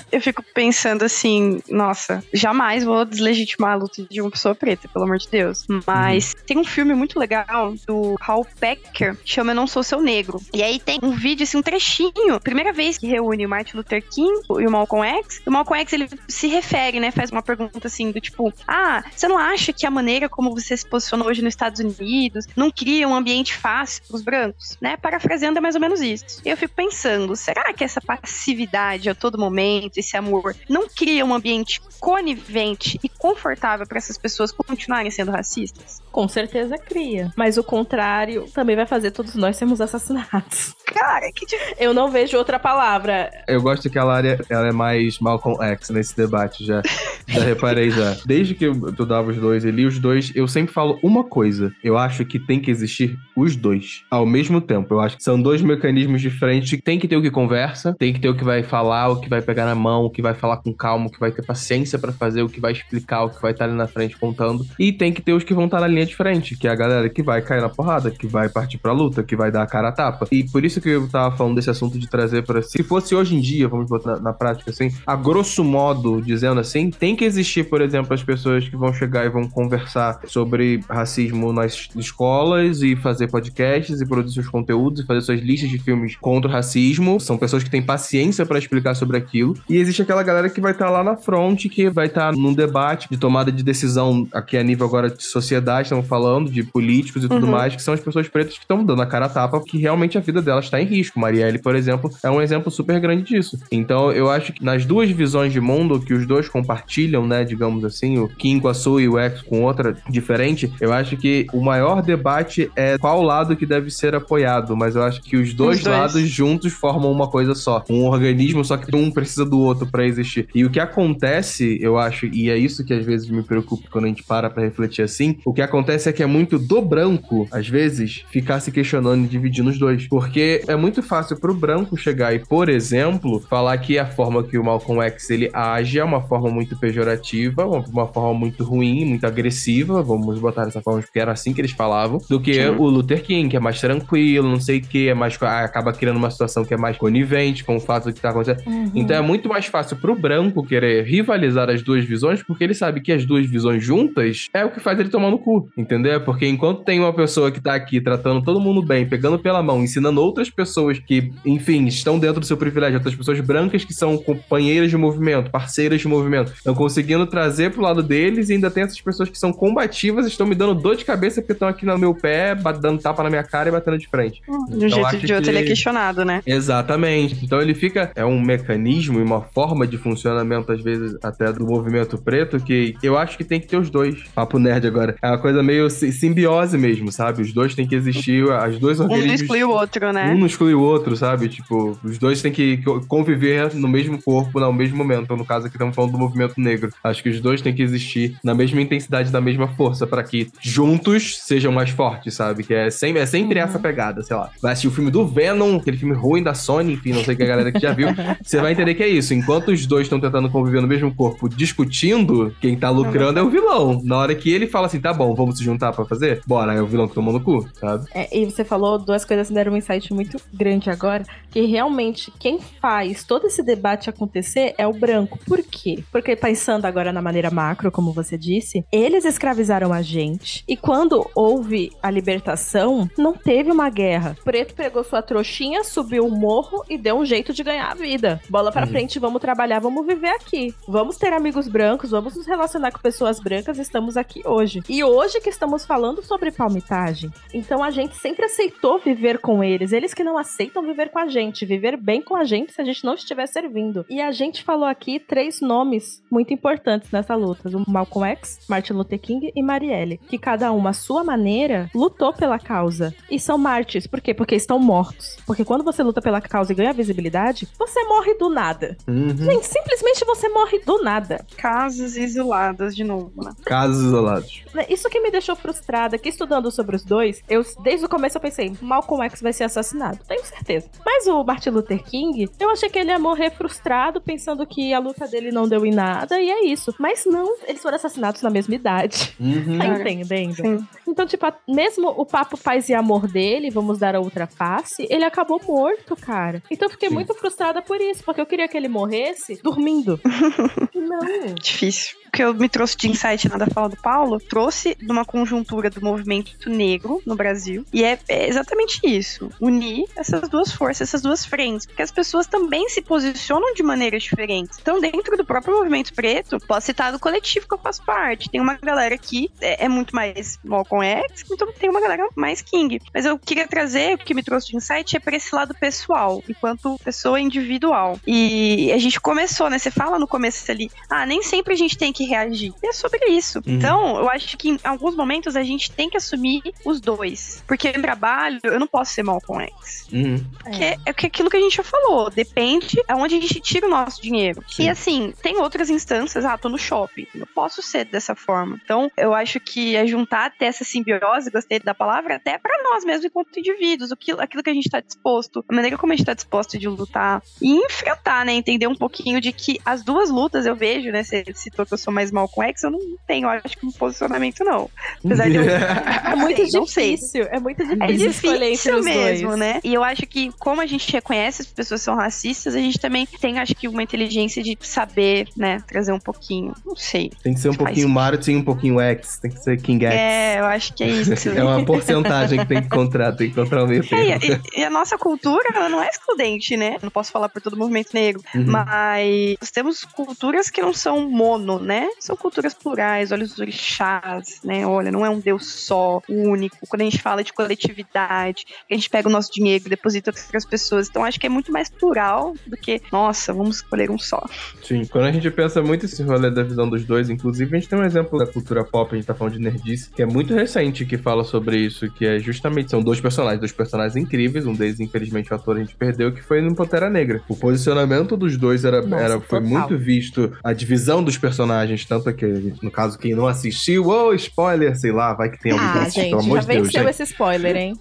Eu fico pensando assim, nossa, jamais vou deslegitimar a luta de uma pessoa preta, pelo amor de Deus. Mas tem um filme muito legal do Hal Packer, chama Eu Não Sou Seu Negro. E aí tem um vídeo, assim, um trechinho, primeira vez que reúne o Martin Luther King e o Malcolm X. O Malcolm X, ele se refere, né, faz uma pergunta assim, do tipo, você não acha que a maneira como você se posiciona hoje nos Estados Unidos não cria um ambiente fácil para os brancos, né? Parafraseando é mais ou menos isso. E eu fico pensando, será que essa passividade a todo momento, esse amor, não cria um ambiente conivente e confortável para essas pessoas continuarem sendo racistas? Com certeza cria. Mas o contrário também vai fazer todos nós sermos assassinados. Cara, que difícil. Eu não vejo outra palavra. Eu gosto que a Lari, ela é mais Malcolm X nesse debate, já reparei já. Desde que eu estudava os dois e li os dois, eu sempre falo uma coisa. Eu acho que tem que existir os dois ao mesmo tempo. Eu acho que são dois mecanismos diferentes. Tem que ter o que conversa, tem que ter o que vai falar, o que vai pegar na mão, o que vai falar com calma, o que vai ter paciência pra fazer, o que vai explicar, o que vai estar ali na frente contando. E tem que ter os que vão estar na linha de frente, que é a galera que vai cair na porrada, que vai partir pra luta, que vai dar a cara a tapa. E por isso que eu tava falando desse assunto de trazer pra... Se fosse hoje em dia, vamos botar na prática assim, a grosso modo, dizendo assim, tem que existir, por exemplo, as pessoas que vão chegar e vão conversar sobre racismo nas escolas e fazer podcasts e produzir seus conteúdos e fazer suas listas de filmes contra o racismo. São pessoas que têm paciência pra explicar sobre aquilo. E existe aquela galera que vai estar lá na frente, que vai estar num debate de tomada de decisão aqui a nível agora de sociedade, estamos falando, de políticos e tudo mais, que são as pessoas pretas que estão dando a cara a tapa, que realmente a vida delas está em risco. Marielle, por exemplo, é um exemplo super grande disso. Então, eu acho que nas duas visões de mundo que os dois compartilham, né, digamos assim, o Kim com a sua e o X com outra diferente, eu acho que o maior debate é qual lado que deve ser apoiado, mas eu acho que os dois lados juntos formam uma coisa só, um organismo, só que um precisa do outro pra existir. E o que acontece, eu acho, e é isso que às vezes me preocupa quando a gente para pra refletir assim, o que acontece é que é muito do branco, às vezes, ficar se questionando e dividindo os dois. Porque é muito fácil pro branco chegar e, por exemplo, falar que a forma que o Malcolm X ele age é uma forma muito pejorativa, uma forma muito ruim, muito agressiva, vamos botar dessa forma, porque era assim que eles falavam, do que o Luther King, que é mais tranquilo, não sei o que, é mais, acaba criando uma situação que é mais conivente com o fato do que tá acontecendo. Então é muito mais fácil pro branco querer rivalizar as duas visões, porque ele sabe que as duas visões juntas é o que faz ele tomar no cu, entendeu? Porque enquanto tem uma pessoa que tá aqui tratando todo mundo bem, pegando pela mão, ensinando outras pessoas que, enfim, estão dentro do seu privilégio, outras pessoas brancas que são companheiras de movimento, parceiras de movimento, estão conseguindo trazer pro lado deles, e ainda tem essas pessoas que são combativas, estão me dando dor de cabeça porque estão aqui no meu pé, dando tapa na minha cara e batendo de frente. De um jeito ou de outro ele é questionado, né? Exatamente. Então ele fica... É um mecanismo e uma forma de funcionamento, às vezes, até do movimento preto, que eu acho que tem que ter os dois. Papo nerd agora. É uma coisa meio simbiose mesmo, sabe? Os dois têm que existir, as duas organismos... Um não exclui o outro, né? Um não exclui o outro, sabe? Tipo, os dois têm que conviver no mesmo corpo, no mesmo momento. Então, no caso aqui, estamos falando do movimento negro. Acho que os dois têm que existir na mesma intensidade, na mesma força, para que juntos sejam mais fortes, sabe? Que é sempre essa pegada, sei lá. Vai assistir o filme do Venom, aquele filme ruim da Sony, enfim, não sei que a galera que já viu, você vai entender que é isso. Enquanto os dois estão tentando conviver no mesmo corpo, discutindo, quem tá lucrando é o vilão. Na hora que ele fala assim, tá bom, vamos se juntar pra fazer? Bora, é o vilão que tomou no cu, sabe? E você falou duas coisas que deram um insight muito grande agora, que realmente quem faz todo esse debate acontecer é o branco. Por quê? Porque pensando agora na maneira macro, como você disse, eles escravizaram a gente, e quando houve a libertação, não teve uma guerra. O preto pegou sua trouxinha, subiu o morro e deu um jeito de ganhar a vida. Bola pra frente, vamos trabalhar, vamos viver aqui. Vamos ter amigos brancos, vamos nos relacionar com pessoas brancas, estamos aqui hoje. E hoje que estamos falando sobre palmitagem. Então a gente sempre aceitou viver com eles. Eles que não aceitam viver com a gente, viver bem com a gente se a gente não estiver servindo. E a gente falou aqui 3 nomes muito importantes nessa luta. O Malcolm X, Martin Luther King e Marielle. Que cada uma, à sua maneira, lutou pela causa. E são mártires. Por quê? Porque estão mortos. Porque quando você luta pela causa e ganha visibilidade, você morre do nada. Gente, simplesmente você morre do nada. Casos isolados, de novo, né? Casos isolados. Isso que me deixou frustrada, que estudando sobre os dois, desde o começo eu pensei, Malcolm X vai ser assassinado. Tenho certeza. Mas o Martin Luther King, eu achei que ele ia morrer frustrado, pensando que a luta dele não deu em nada, e é isso. Mas não, eles foram assassinados na mesma idade. Tá entendendo? Sim. Então, tipo, mesmo o papo paz e amor dele, vamos dar a outra face, ele acabou morto, cara. Então eu fiquei muito frustrada por isso, porque eu queria que ele morresse dormindo. Não. Difícil. O que eu me trouxe de insight da fala do Paulo, trouxe de uma conjuntura do movimento negro no Brasil. E é exatamente isso. Unir essas duas forças, essas duas frentes. Porque as pessoas também se posicionam de maneiras diferentes. Então, dentro do próprio movimento preto, posso citar do coletivo que eu faço parte. Tem uma galera que é muito mais Malcolm X, então tem uma galera mais King. Mas eu queria trazer, o que me trouxe de insight é pra esse lado pessoal, enquanto pessoa individual. E a gente começou, né? Você fala no começo ali, nem sempre a gente tem que reagir. E é sobre isso. Então, eu acho que em alguns momentos a gente tem que assumir os dois. Porque em trabalho, eu não posso ser Malcolm X. Porque é aquilo que a gente já falou. Depende aonde a gente tira o nosso dinheiro. Sim. E assim, tem outras instâncias. Tô no shopping. Eu posso ser dessa forma. Então, eu acho que é juntar até essa simbiose, gostei da palavra, até pra nós mesmos enquanto indivíduos. Aquilo que a gente tá disposto, a maneira como a gente tá disposto de lutar e enfrentar, né? Entender um pouquinho de que as duas lutas eu vejo, né? Você citou que eu sou mais Malcolm X, eu não tenho, acho que um posicionamento, não. Apesar de eu... É muito difícil. É muito difícil escolher entre os mesmo, dois. Né? E eu acho que, como a gente reconhece as pessoas que são racistas, a gente também tem, acho que, uma inteligência de saber, né? Trazer um pouquinho. Não sei. Tem que ser um pouquinho Martin e um pouquinho X. Tem que ser King X. Eu acho que é isso. É uma porcentagem que tem que encontrar o meio termo. E a nossa cultura, ela não é excludente, né? Não posso falar por todo o movimento negro, mas nós temos culturas que não são mono, né? São culturas plurais, olha os orixás, né? Olha, não é um Deus só, único. Quando a gente fala de coletividade, a gente pega o nosso dinheiro e deposita para outras pessoas. Então, acho que é muito mais plural do que, nossa, vamos escolher um só. Sim, quando a gente pensa muito esse rolê da visão dos dois, inclusive, a gente tem um exemplo da cultura pop, a gente tá falando de nerdice, que é muito recente, que fala sobre isso, que é justamente, são dois personagens incríveis, um deles, infelizmente, o ator a gente perdeu, que foi no Pantera Negra. O posicionamento dos dois foi muito visto, a divisão dos personagens, tanto que, no caso, quem não assistiu, spoiler, sei lá, vai que tem alguém que assistiu, gente, pelo amor de Deus, já venceu esse spoiler, hein?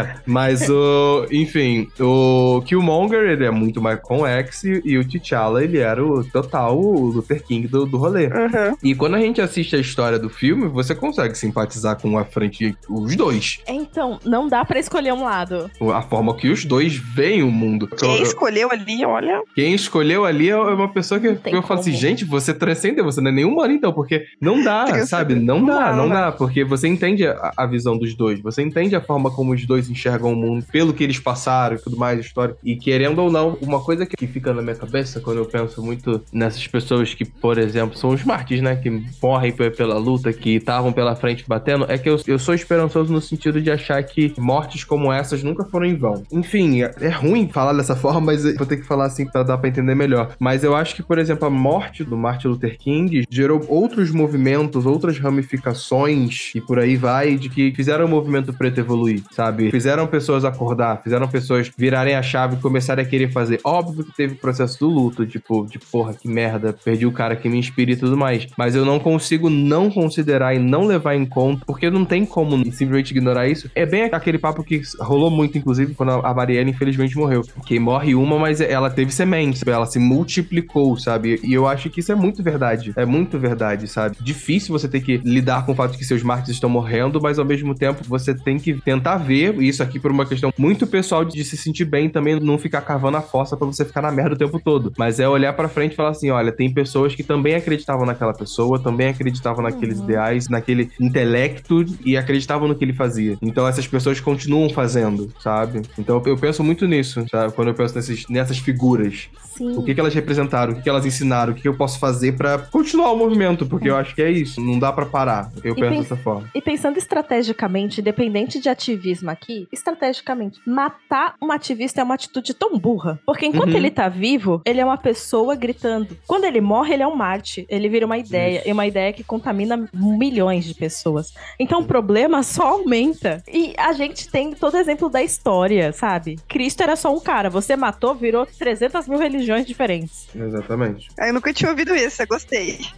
Mas enfim, o Killmonger, ele é muito Malcolm X e o T'Challa, ele era o total Luther King do rolê. E quando a gente assiste a história do filme, você consegue simpatizar com a frente, os dois. Então, não dá pra escolher um lado. A forma que os dois veem o mundo. Quem escolheu ali, olha... Quem escolheu ali é uma pessoa que eu falo assim, gente, você transcendeu, você não é nem humano então, porque não dá, sabe? Não dá, porque você entende a visão dos dois, você entende a forma como os dois enxergam o mundo, pelo que eles passaram e tudo mais, história. E querendo ou não, uma coisa que fica na minha cabeça quando eu penso muito nessas pessoas que, por exemplo, são os mártires, né? Que morrem pela luta, que estavam pela frente batendo, é que eu sou esperançoso no sentido de achar que mortes como essas nunca foram em vão. Enfim, é ruim falar dessa forma, mas vou ter que falar assim pra dar pra entender melhor. Mas eu acho que, por exemplo, a morte do Martin Luther King gerou outros movimentos, outras ramificações e por aí vai, de que fizeram o movimento preto evoluir, sabe? Fizeram pessoas acordar, fizeram pessoas virarem a chave e começarem a querer fazer. Óbvio que teve o processo do luto, tipo, de porra, que merda, perdi o cara que me inspira e tudo mais. Mas eu não consigo não considerar e não levar em conta, porque não tem como simplesmente ignorar isso. É bem aquele papo que rolou muito, inclusive, quando a Marielle infelizmente morreu. Que morre uma, mas ela teve sementes, ela se multiplicou, sabe? E eu acho que isso é muito verdade. É muito verdade, sabe? Difícil você ter que lidar com o fato de que seus mártires estão morrendo, mas ao mesmo tempo você tem que tentar ver, isso aqui por uma questão muito pessoal de se sentir bem também, não ficar cavando a fossa pra você ficar na merda o tempo todo. Mas é olhar pra frente e falar assim, olha, tem pessoas que também acreditavam naquela pessoa, também acreditavam naqueles ideais, naquele intelecto e acreditavam no que ele fazia. Então essas pessoas continuam fazendo, sabe? Então eu penso muito nisso, sabe? Quando eu penso nessas figuras. Sim. O que elas representaram, o que elas ensinaram, o que eu posso fazer pra continuar o movimento, porque eu acho que é isso, não dá pra parar. Eu penso dessa forma. E pensando estrategicamente, independente de ativismo aqui, estrategicamente, matar um ativista é uma atitude tão burra, porque enquanto ele tá vivo, ele é uma pessoa gritando. Quando ele morre, ele é um mártir, ele vira uma ideia, e uma ideia que contamina milhões de pessoas. Então o problema só aumenta. E a gente tem todo exemplo da história, sabe? Cristo era só um cara, você matou, virou 300 mil religiões diferentes. Exatamente. Eu nunca tinha ouvido isso, eu gostei.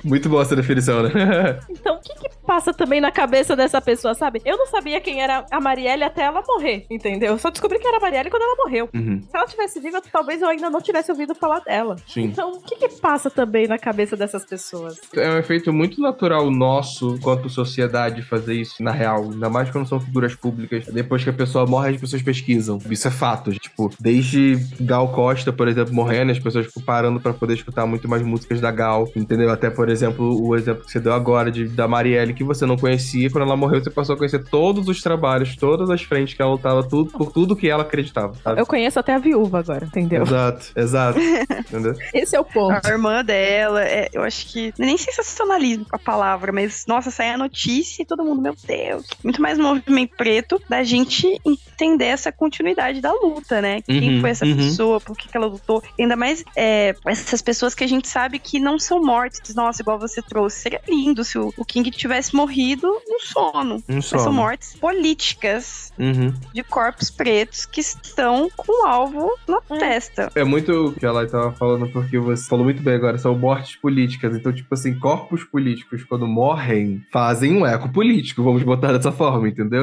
Muito boa essa definição, né? Então, o que passa também na cabeça dessa pessoa, sabe? Eu não sabia quem era a Marielle até ela morrer, entendeu? Eu só descobri que era a Marielle quando ela morreu. Se ela tivesse viva, talvez eu ainda não tivesse ouvido falar dela. Sim. Então, o que passa também na cabeça dessas pessoas? É um efeito muito natural nosso, enquanto sociedade, fazer isso na real. Ainda mais quando são figuras públicas. Depois que a pessoa morre, as pessoas pesquisam. Isso é fato. Tipo, desde Gal Costa, por exemplo, morrendo, as pessoas ficam parando pra poder escutar muito mais músicas da Gal, entendeu? Até, por exemplo, o exemplo que você deu agora da Marielle, que você não conhecia. Quando ela morreu, você passou a conhecer todos os trabalhos, todas as frentes que ela lutava, por tudo que ela acreditava, sabe? Eu conheço até a viúva agora, entendeu? Exato. Entendeu? Esse é o ponto. A irmã dela, eu acho que nem sensacionalismo a palavra, mas, nossa, sai a notícia e todo mundo, meu Deus. Muito mais movimento preto da gente entender essa continuidade da luta, né? Quem foi essa pessoa, por que ela lutou. Ainda mais essas pessoas que a gente sabe que não são mortas. Nossa, igual você trouxe. Seria lindo se o King tivesse morrido no sono. Mas são mortes políticas de corpos pretos que estão com o alvo na testa. É muito o que ela estava falando, porque você falou muito bem agora, são mortes políticas. Então, tipo assim, corpos políticos, quando morrem, fazem um eco político, vamos botar dessa forma, entendeu?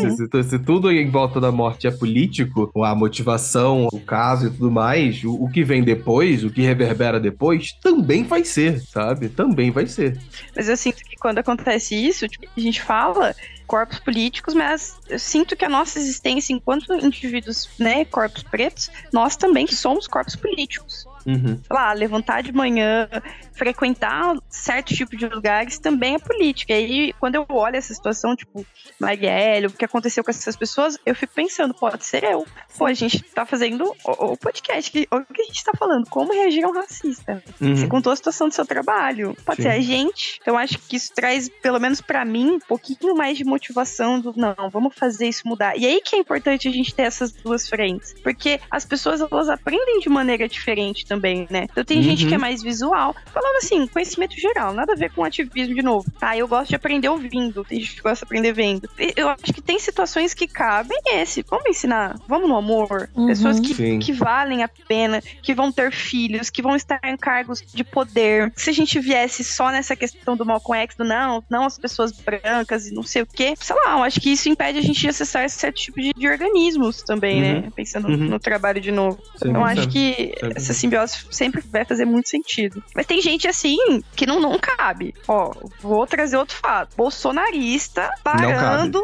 Se tudo em volta da morte é político, a motivação, o caso e tudo mais, o que vem depois, o que reverbera depois, também vai ser, sabe? Também vai ser. Mas eu sinto que quando acontece isso, tipo, a gente fala corpos políticos, mas eu sinto que a nossa existência enquanto indivíduos, né, corpos pretos, nós também somos corpos políticos. Sei lá, levantar de manhã, frequentar certo tipo de lugares também é política. E aí, quando eu olho essa situação, tipo, Marielle, o que aconteceu com essas pessoas, eu fico pensando, pode ser eu. Pô, a gente tá fazendo o podcast, o que a gente tá falando? Como reagir a um racista? Você contou a situação do seu trabalho. Pode ser a gente. Então, acho que isso traz, pelo menos pra mim, um pouquinho mais de motivação do, não, vamos fazer isso mudar. E aí que é importante a gente ter essas duas frentes. Porque as pessoas, elas aprendem de maneira diferente também, né? Então tem gente que é mais visual. Falando assim, conhecimento geral, nada a ver com ativismo de novo. Tá, eu gosto de aprender ouvindo, tem gente que gosta de aprender vendo. Eu acho que tem situações que cabem vamos ensinar, vamos no amor. Pessoas que valem a pena, que vão ter filhos, que vão estar em cargos de poder. Se a gente viesse só nessa questão do Malcolm X, do não as pessoas brancas e não sei o quê, sei lá, eu acho que isso impede a gente de acessar esse certo tipo de organismos também, né? Pensando no trabalho de novo. Então acho que essa simbiose sempre vai fazer muito sentido. Mas tem gente assim que não cabe. Ó, vou trazer outro fato. Bolsonarista parando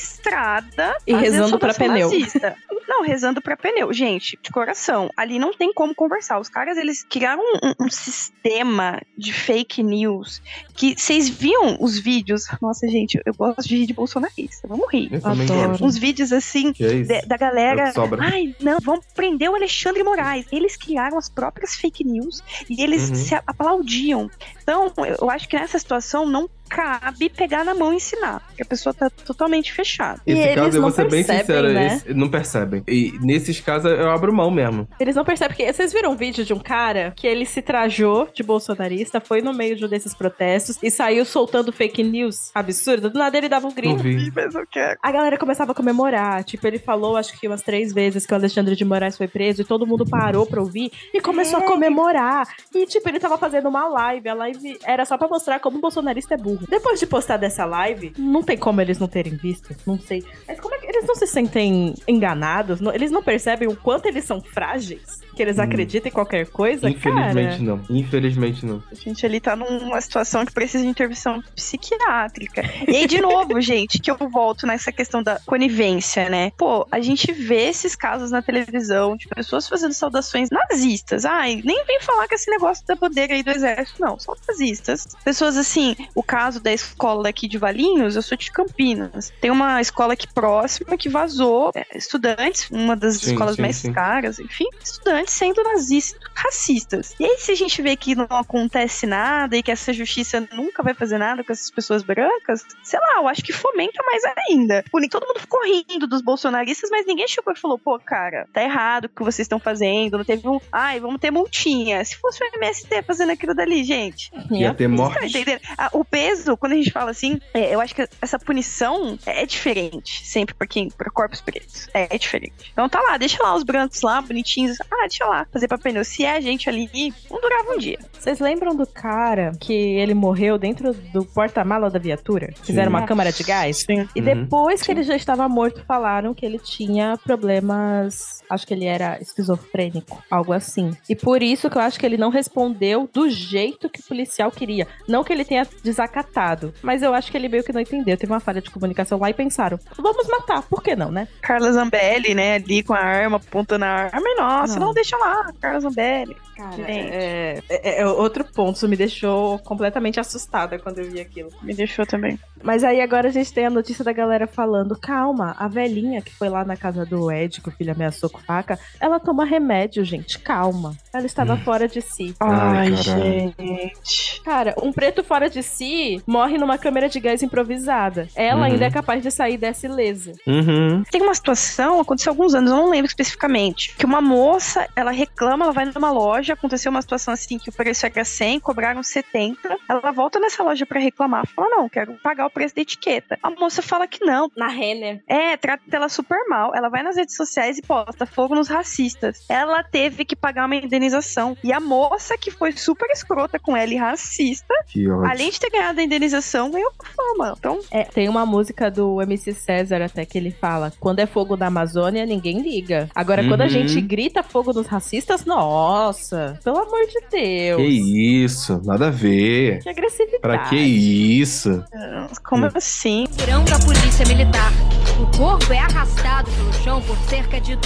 estrada e rezando pra pneu. Não, rezando pra pneu. Gente, de coração, ali não tem como conversar. Os caras, eles criaram um sistema de fake news que vocês viam os vídeos. Nossa, gente, eu gosto de rir de bolsonarista. Vamos rir. Uns vídeos assim da galera. Ai, não, vamos prender o Alexandre Moraes. Eles criaram as próprias fake news e eles se aplaudiam. Então, eu acho que nessa situação não cabe pegar na mão e ensinar, porque a pessoa tá totalmente fechada. Esse caso, eu vou ser bem sincero, né? Não percebem. E nesses casos, eu abro mão mesmo. Eles não percebem, porque vocês viram um vídeo de um cara que ele se trajou de bolsonarista, foi no meio de um desses protestos e saiu soltando fake news absurda. Do nada ele dava um grito. A galera começava a comemorar. Tipo, ele falou, acho que umas 3 vezes que o Alexandre de Moraes foi preso e todo mundo parou pra ouvir e começou a comemorar. E, tipo, ele tava fazendo uma live. A live era só pra mostrar como o bolsonarista é burro. Depois de postar dessa live, não tem como eles não terem visto, não sei. Mas como é que eles não se sentem enganados? Eles não percebem o quanto eles são frágeis? Que eles acreditam em qualquer coisa? Infelizmente não. Infelizmente não. A gente ali tá numa situação que precisa de intervenção psiquiátrica. E aí, de novo, gente, que eu volto nessa questão da conivência, né? Pô, a gente vê esses casos na televisão de pessoas fazendo saudações nazistas. Ai, nem vem falar que esse negócio da poder aí do exército, não. São nazistas. Pessoas assim, o caso da escola aqui de Valinhos, eu sou de Campinas. Tem uma escola aqui próxima que vazou estudantes, uma das escolas mais caras, enfim, estudantes sendo nazistas, racistas. E aí, se a gente vê que não acontece nada e que essa justiça nunca vai fazer nada com essas pessoas brancas, sei lá, eu acho que fomenta mais ainda. Todo mundo ficou rindo dos bolsonaristas, mas ninguém chegou e falou, pô, cara, tá errado o que vocês estão fazendo, não teve vamos ter multinha. Se fosse o MST fazendo aquilo dali, gente, ia ter morte. Tá entendendo? O peso, quando a gente fala assim, eu acho que essa punição é diferente, sempre pra corpos pretos. É diferente. Então tá lá, deixa lá os brancos lá, bonitinhos. deixa lá fazer pra pneu. Se é a gente ali, não durava um dia. Vocês lembram do cara que ele morreu dentro do porta-mala da viatura? Fizeram uma câmara de gás? Sim. E depois que ele já estava morto, falaram que ele tinha problemas... Acho que ele era esquizofrênico, algo assim. E por isso que eu acho que ele não respondeu do jeito que o policial queria. Não que ele tenha desacatado, mas eu acho que ele meio que não entendeu. Teve uma falha de comunicação lá e pensaram, vamos matar, por que não, né? Carla Zambelli, né, ali com a arma, apontando a arma. E nossa, não deixa lá, Carla Zambelli. Cara, é outro ponto. Isso me deixou completamente assustada quando eu vi aquilo. Me deixou também. Mas aí agora a gente tem a notícia da galera falando, calma, a velhinha que foi lá na casa do Ed, que o filho ameaçou com faca, ela toma remédio, gente, calma. Ela estava fora de si. Ai, gente. Cara, um preto fora de si morre numa câmera de gás improvisada. Ela ainda é capaz de sair dessa ilesa. Tem uma situação, aconteceu há alguns anos, eu não lembro especificamente, que uma moça, ela reclama, ela vai numa loja, aconteceu uma situação assim que o preço era 100, cobraram 70, ela volta nessa loja pra reclamar, fala, não, quero pagar o preço da etiqueta. A moça fala que não. Na Renner. Trata ela super mal. Ela vai nas redes sociais e posta fogo nos racistas. Ela teve que pagar uma indenização. E a moça que foi super escrota com ela e racista, além de ter ganhado a indenização, ganhou fama. Então... tem uma música do MC César até que ele fala, quando é fogo na Amazônia, ninguém liga. Agora, quando a gente grita fogo nos racistas, nossa, pelo amor de Deus. Que isso, nada a ver. Que agressividade. Pra que isso? Como assim? Grão da polícia militar. O corpo é arrastado pelo chão por cerca de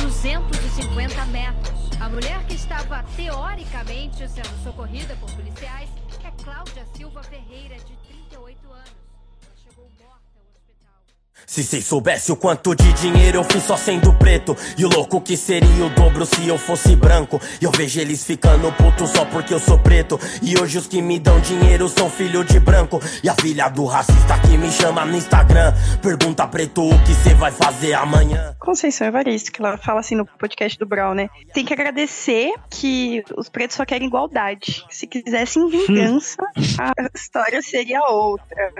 250 metros. A mulher que estava teoricamente sendo socorrida por policiais é Cláudia Silva Ferreira, de 38 anos. Ela chegou morta ao hospital. Se cês soubesse o quanto de dinheiro eu fiz só sendo preto, e o louco que seria o dobro se eu fosse branco. E eu vejo eles ficando putos só porque eu sou preto, e hoje os que me dão dinheiro são filho de branco. E a filha do racista que me chama no Instagram pergunta, preto, o que cê vai fazer amanhã? Conceição Evaristo, que ela fala assim no podcast do Brau, né? Tem que agradecer que os pretos só querem igualdade. Se quisessem vingança, a história seria outra.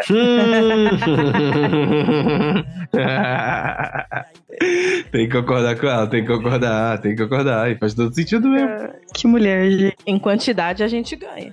Tem que concordar com ela, tem que concordar. E faz todo sentido mesmo. Que mulher, gente. Em quantidade a gente ganha.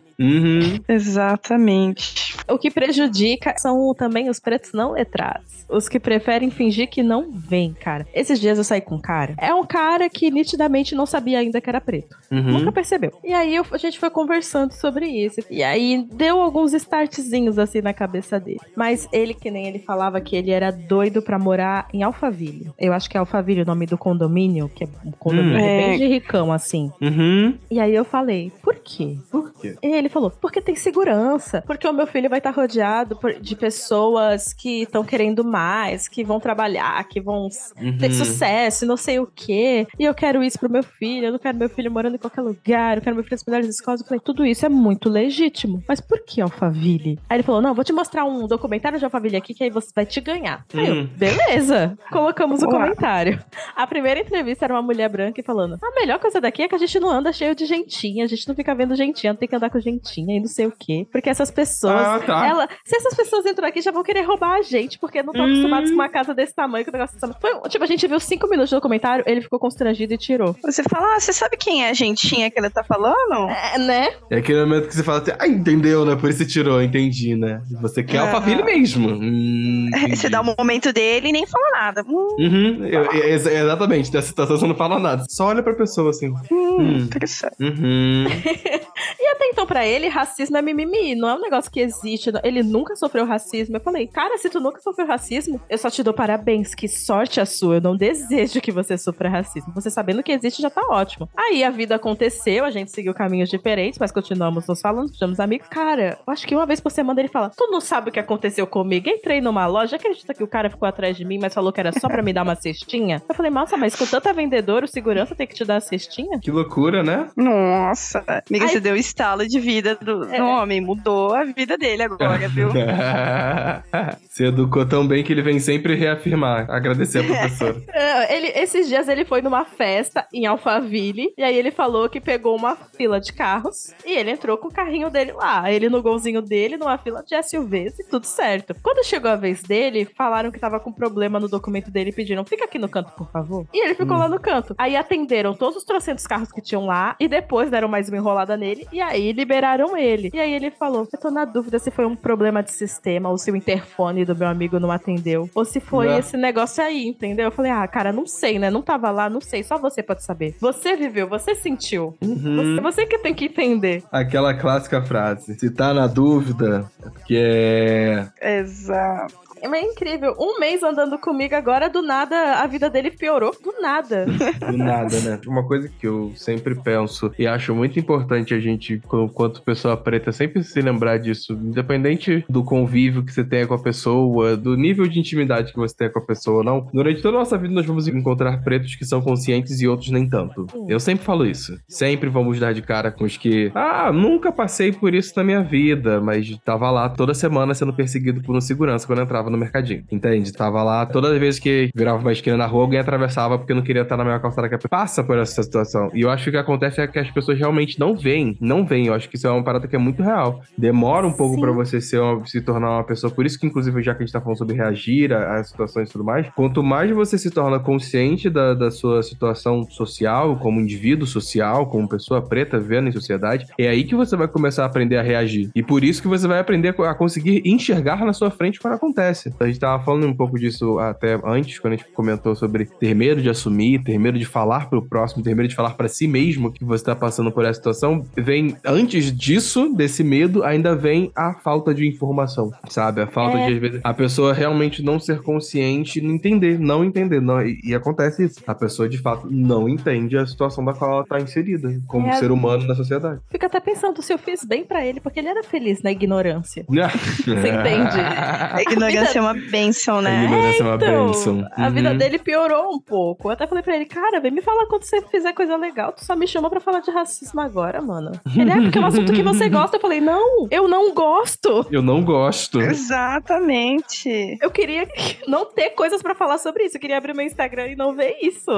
Exatamente. O que prejudica são também os pretos não letrados. Os que preferem fingir que não vêm, cara. Esses dias eu saí com um cara. É um cara que nitidamente não sabia ainda que era preto. Nunca percebeu. E aí a gente foi conversando sobre isso. E aí deu alguns startzinhos assim na cabeça dele. Mas ele, que nem ele falava que ele era doido pra morar em Alphaville. Eu acho que é Alphaville o nome do condomínio, que é um condomínio bem de ricão, assim. E aí eu falei, por quê? E ele falou, porque tem segurança. Porque o meu filho vai estar rodeado de pessoas que estão querendo mais, que vão trabalhar, que vão ter sucesso, não sei o quê. E eu quero isso pro meu filho, eu não quero meu filho morando em qualquer lugar, eu quero meu filho nas melhores escolas. Eu falei, tudo isso é muito legítimo. Mas por que Alphaville? Aí ele falou, não, vou te mostrar um documentário de Alphaville aqui, que aí você vai te ganhar. Aí eu, beleza. Colocamos o comentário. A primeira entrevista era uma mulher branca falando, a melhor coisa daqui é que a gente não anda cheio de gentinha, a gente não fica vendo gentinha, não tem que andar com gentinha e não sei o quê. Porque essas pessoas, se essas pessoas entram aqui, já vão querer roubar a gente, porque não estão acostumados com uma casa desse tamanho, com o negócio desse tamanho. Foi, tipo, a gente viu 5 minutos do documentário, ele ficou constrangido e tirou. Você fala, você sabe quem é a gentinha que ele tá falando? Né? É aquele momento que você fala assim, entendeu, né? Por isso você tirou, entendi, né? Você quer Alphaville mesmo. Você dá o momento dele e nem fala nada. Exatamente, nessa situação você não fala nada. Só olha pra pessoa assim. Interessante. E até então, pra ele, racismo é mimimi. Não é um negócio que existe. Ele nunca sofreu racismo. Eu falei, cara, se tu nunca sofreu racismo, eu só te dou parabéns. Que sorte a sua. Eu não desejo que você sofra racismo. Você sabendo que existe já tá ótimo. Aí a vida aconteceu, a gente seguiu caminhos diferentes, mas continuamos nos falando, somos amigos. Cara, eu acho que uma vez por semana ele fala, tu não sabe o que aconteceu comigo? Entrei numa loja, acredita que o cara ficou atrás de mim, mas falou que era só pra me dar uma cestinha? Eu falei, nossa, mas com tanta vendedora, o segurança tem que te dar a cestinha? Que loucura, né? Nossa. Amiga, você deu estalo de vida do homem. Mudou a vida dele agora, viu? Se educou tão bem que ele vem sempre reafirmar, agradecer a professora. Esses dias ele foi numa festa em Alphaville, e aí ele falou que pegou uma fila de carros, e ele entrou com o carrinho dele lá. Ele no golzinho dele, numa fila de SUVs, e tudo certo. Quando chegou a vez dele, falaram que tava com problema no documento dele e pediram, fica aqui no canto, por favor. E ele ficou lá no canto. Aí atenderam todos os 300 carros que tinham lá, e depois deram mais uma enrolada nele, e aí liberaram ele. E aí ele falou, eu tô na dúvida se foi um problema de sistema, ou se o interfone do meu amigo não atendeu, ou se foi esse negócio aí, entendeu? Eu falei, cara, não sei, né? Não tava lá, não sei, só você pode saber. Você viveu, você sentiu. Você que tem que entender. Aquela clássica frase, se tá na dúvida, é porque é... Exato. É incrível. Um mês andando comigo agora, do nada, a vida dele piorou. Do nada. Do nada, né? Uma coisa que eu sempre penso e acho muito importante a gente, enquanto pessoa preta, sempre se lembrar disso, independente do convívio que você tenha com a pessoa, do nível de intimidade que você tenha com a pessoa ou não, durante toda a nossa vida nós vamos encontrar pretos que são conscientes e outros nem tanto. Eu sempre falo isso. Sempre vamos dar de cara com os que, nunca passei por isso na minha vida, mas tava lá toda semana sendo perseguido por um segurança quando entrava no mercadinho, entende? Tava lá, toda vez que virava uma esquina na rua, alguém atravessava porque não queria estar na mesma calçada que a pessoa. Passa por essa situação. E eu acho que o que acontece é que as pessoas realmente não veem. Eu acho que isso é uma parada que é muito real. Demora um pouco pra você se tornar uma pessoa. Por isso que, inclusive, já que a gente tá falando sobre reagir a situações e tudo mais, quanto mais você se torna consciente da sua situação social, como indivíduo social, como pessoa preta vivendo em sociedade, é aí que você vai começar a aprender a reagir. E por isso que você vai aprender a conseguir enxergar na sua frente quando acontece. A gente tava falando um pouco disso até antes, quando a gente comentou sobre ter medo de assumir, ter medo de falar pro próximo, ter medo de falar pra si mesmo que você tá passando por essa situação. Antes disso, desse medo, ainda vem a falta de informação, sabe? A falta de, às vezes, a pessoa realmente não ser consciente, não entender. E acontece isso. A pessoa, de fato, não entende a situação da qual ela tá inserida, como ser humano na sociedade. Fica até pensando se eu fiz bem pra ele, porque ele era feliz na ignorância. Você entende? A ignorância é uma bênção, né? A ignorância é uma bênção. A vida dele piorou um pouco. Eu até falei pra ele, cara, vem me falar quando você fizer coisa legal. Tu só me chamou pra falar de racismo agora, mano. Ele, porque é um assunto que você gosta. Eu falei, não, eu não gosto. Eu não gosto. Exatamente. Eu queria não ter coisas pra falar sobre isso. Eu queria abrir meu Instagram e não ver isso.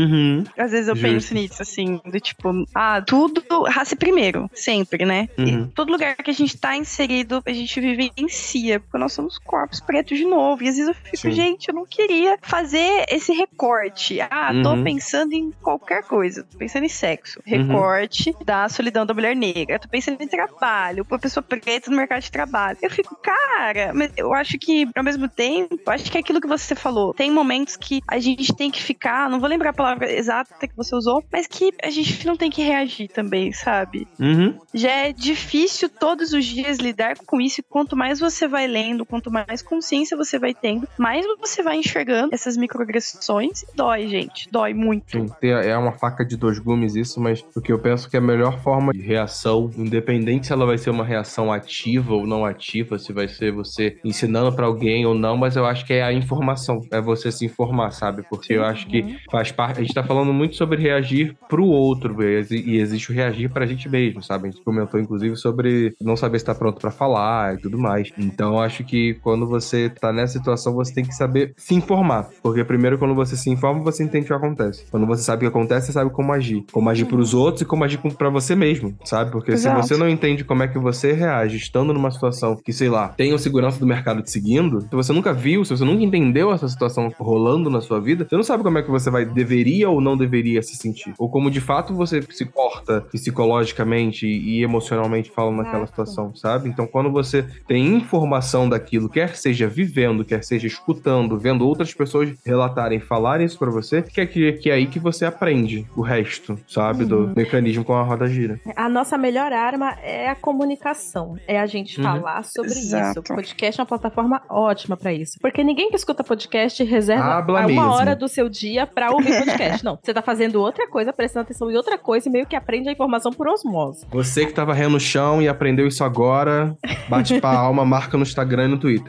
Às vezes eu penso nisso, assim, do tipo, tudo raça primeiro, sempre, né? E todo lugar que a gente tá inserido, a gente vivencia, porque nós somos corpos pretos de novo. E às vezes eu fico, gente, eu não queria fazer esse recorte. Tô pensando em qualquer coisa. Tô pensando em sexo. Recorte da solidão da mulher negra. Tô pensando em trabalho. Uma pessoa preta no mercado de trabalho. Eu fico, cara, mas eu acho que, ao mesmo tempo, acho que é aquilo que você falou. Tem momentos que a gente tem que ficar, não vou lembrar a palavra exata que você usou, mas que a gente não tem que reagir também, sabe? Já é difícil todos os dias lidar com isso. E quanto mais você vai lendo, quanto mais consciência você vai tendo, mais você vai enxergando essas microagressões. Dói, gente. Dói muito. Sim, é uma faca de dois gumes isso, mas o que eu penso que é a melhor forma de reação, independente se ela vai ser uma reação ativa ou não ativa, se vai ser você ensinando pra alguém ou não, mas eu acho que é a informação. É você se informar, sabe? Porque eu acho que faz parte... A gente tá falando muito sobre reagir pro outro, e existe o reagir pra gente mesmo, sabe? A gente comentou, inclusive, sobre não saber se tá pronto pra falar e tudo mais. Então, eu acho que quando você tá nessa situação, você tem que saber se informar. Porque primeiro, quando você se informa, você entende o que acontece. Quando você sabe o que acontece, você sabe como agir. Como agir pros outros e como agir pra você mesmo, sabe? Porque se você não entende como é que você reage estando numa situação que, sei lá, tem o segurança do mercado te seguindo, se você nunca viu, se você nunca entendeu essa situação rolando na sua vida, você não sabe como é que você deveria ou não deveria se sentir. Ou como, de fato, você se porta psicologicamente e emocionalmente falando naquela situação, sabe? Então, quando você tem informação daquilo, quer seja vivendo, quer seja escutando, vendo outras pessoas relatarem, falarem isso pra você, que é aí que você aprende o resto, sabe? Do mecanismo com a roda gira. A nossa melhor arma é a comunicação. É a gente falar sobre isso. O podcast é uma plataforma ótima pra isso. Porque ninguém que escuta podcast reserva uma hora do seu dia pra ouvir podcast. Não. Você tá fazendo outra coisa, prestando atenção em outra coisa e meio que aprende a informação por osmose. Você que tá varrendo no chão e aprendeu isso agora, bate palma, marca no Instagram e no Twitter. Pronto.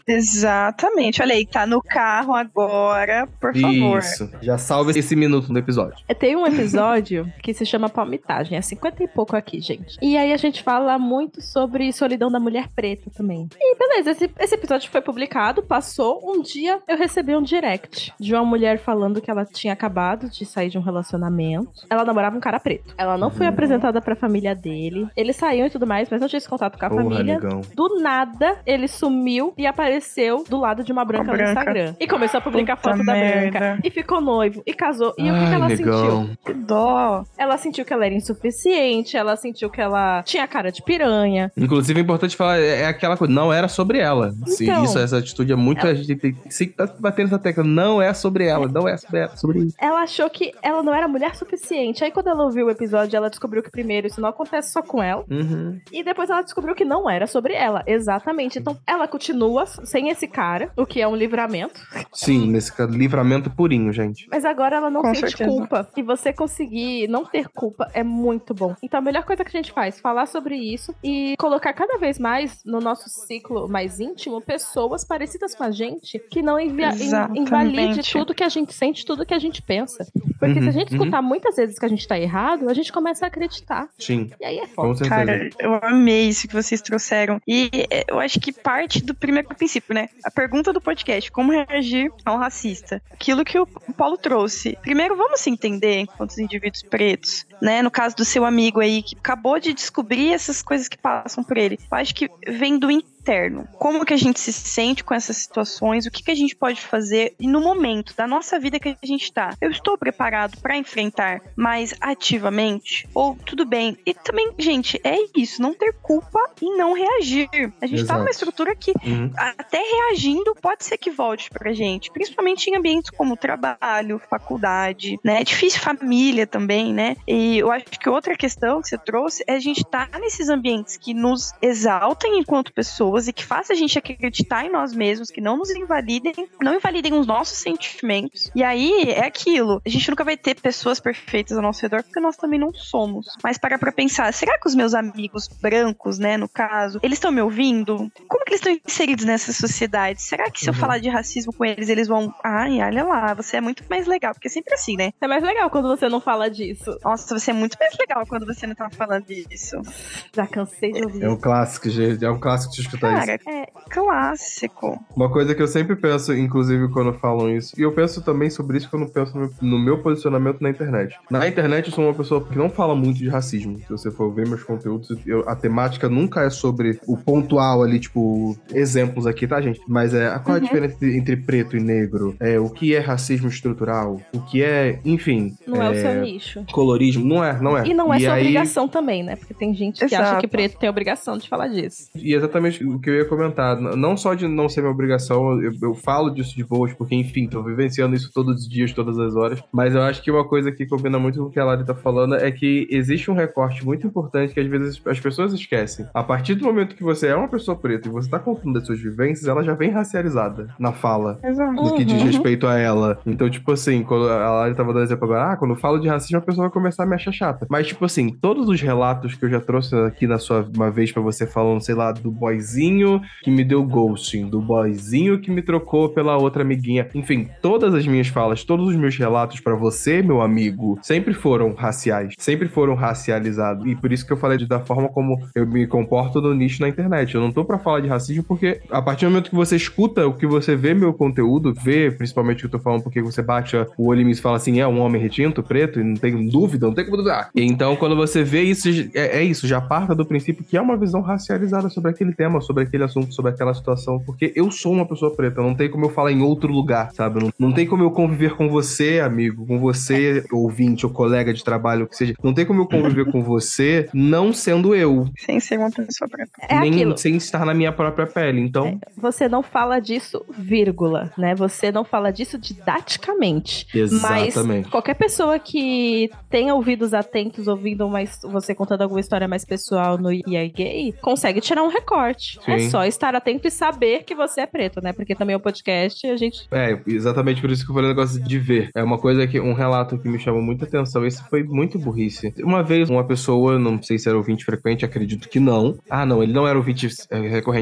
Exatamente. Olha aí, tá no carro agora, por favor. Isso. Já salva esse minuto do episódio. Tem um episódio que se chama Palmitagem. É 50 e pouco aqui, gente. E aí a gente fala muito sobre solidão da mulher preta também. E beleza, esse episódio foi publicado, passou. Um dia eu recebi um direct de uma mulher falando que ela tinha acabado de sair de um relacionamento. Ela namorava um cara preto. Ela não foi apresentada pra família dele. Eles saíam e tudo mais, mas não tinha esse contato com a família. Amigão. Do nada, ele sumiu e apareceu do lado de uma branca no Instagram. E começou a publicar foto da branca. E ficou noivo. E casou. E o que ela sentiu? Que dó. Ela sentiu que ela era insuficiente. Ela sentiu que ela tinha cara de piranha. Inclusive, é importante falar, é aquela coisa, não era sobre ela. Então, essa atitude é muito... A gente tem que tá batendo essa tecla. Não é sobre ela, não é sobre ela, sobre isso. Ela achou que ela não era mulher suficiente. Aí quando ela ouviu o episódio, ela descobriu que primeiro isso não acontece só com ela. E depois ela descobriu que não era sobre ela. Exatamente. Então ela continua sem esse cara, o que é um livramento. Sim, nesse caso, livramento purinho, gente. Mas agora ela não Com sente certeza. culpa. E você conseguir não ter culpa é muito bom. Então a melhor coisa que a gente faz, falar sobre isso e colocar cada vez mais no nosso ciclo mais íntimo pessoas parecidas com a gente que não invalide tudo que a gente sente, tudo que a gente pensa. Porque se a gente escutar muitas vezes que a gente tá errado, a gente começa a acreditar. Sim. E aí é foda. Com certeza. Cara, eu amei isso que vocês trouxeram. E eu acho que parte do primeiro princípio, né? A pergunta do podcast, como reagir a um racista? Aquilo que o Paulo trouxe. Primeiro, vamos se entender enquanto indivíduos pretos, né? No caso do seu amigo aí, que acabou de descobrir essas coisas que passam por ele. Eu acho que vem do interno. Como que a gente se sente com essas situações? O que a gente pode fazer no momento da nossa vida que a gente tá? Eu estou preparado para enfrentar mais ativamente? Ou tudo bem? E também, gente, é isso. Não ter culpa e não reagir. A gente tá numa estrutura que até reagindo pode ser que volte pra gente. Principalmente em ambientes como trabalho, faculdade, né? É difícil família também, né? E eu acho que outra questão que você trouxe é a gente tá nesses ambientes que nos exaltem enquanto pessoas e que façam a gente acreditar em nós mesmos, que não nos invalidem, não invalidem os nossos sentimentos. E aí é aquilo, a gente nunca vai ter pessoas perfeitas ao nosso redor, porque nós também não somos. Mas para pra pensar, será que os meus amigos brancos, né, no caso, eles estão me ouvindo? Como que eles estão inseridos nessa sociedade? Será que se eu falar de racismo com eles, eles vão, ai, olha lá, você é muito mais legal, porque é sempre assim, né? É mais legal quando você não fala disso. Nossa, você é muito mais legal quando você não tá falando disso. Já cansei de ouvir. É um clássico, gente. É um clássico de escutar Cara, isso. é clássico. Uma coisa que eu sempre penso, inclusive quando falam isso, e eu penso também sobre isso quando penso no meu posicionamento na internet. Na internet eu sou uma pessoa que não fala muito de racismo. Se você for ver meus conteúdos, a temática nunca é sobre o pontual ali, tipo, exemplos aqui, tá, gente? Mas qual é a diferença entre preto e negro? O que é racismo estrutural? O que é, enfim... Não é o seu nicho. Colorismo. Não é. E não é sua obrigação também, né? Porque tem gente que acha que preto tem obrigação de falar disso. E exatamente o que eu ia comentar. Não só de não ser minha obrigação, eu falo disso de boas, porque, enfim, tô vivenciando isso todos os dias, todas as horas. Mas eu acho que uma coisa que combina muito com o que a Lari tá falando é que existe um recorte muito importante que às vezes as pessoas esquecem. A partir do momento que você é uma pessoa preta e você tá contando das suas vivências, ela já vem racializada na fala. Exato. No que diz respeito a ela. Então, tipo assim, quando a Lari tava dando exemplo agora, quando eu falo de racismo, a pessoa vai começar a me achar chata. Mas, tipo assim, todos os relatos que eu já trouxe aqui na sua uma vez pra você falando, sei lá, do boyzinho que me deu ghosting, do boyzinho que me trocou pela outra amiguinha. Enfim, todas as minhas falas, todos os meus relatos pra você, meu amigo, sempre foram raciais, sempre foram racializados. E por isso que eu falei da forma como eu me comporto no nicho na internet. Eu não tô pra falar de racismo porque a partir do momento que você escuta o que você vê meu conteúdo, vê principalmente o que eu tô falando porque você bate o olho em mim e fala assim, é um homem retinto, preto, e não tem dúvida, não tem como dúvida. Então, quando você vê isso, é isso, já parta do princípio que é uma visão racializada sobre aquele tema, sobre aquele assunto, sobre aquela situação, porque eu sou uma pessoa preta, não tem como eu falar em outro lugar, sabe? Não tem como eu conviver com você, amigo, com você, ouvinte, ou colega de trabalho, o que seja. Não tem como eu conviver com você não sendo eu. Sem ser uma pessoa preta. Nem sem estar na minha própria pele, então... Você não fala disso, vírgula, né? Você não fala disso didaticamente. Exatamente. Mas qualquer pessoa que tenha ouvidos atentos, ouvindo você contando alguma história mais pessoal no IAI Gay, consegue tirar um recorte. Sim. É só estar atento e saber que você é preto, né? Porque também o podcast, a gente... Exatamente por isso que eu falei o negócio de ver. É uma coisa que, um relato que me chamou muita atenção, esse foi muito burrice. Uma vez, uma pessoa, não sei se era ouvinte frequente, acredito que não. Não, ele não era ouvinte recorrente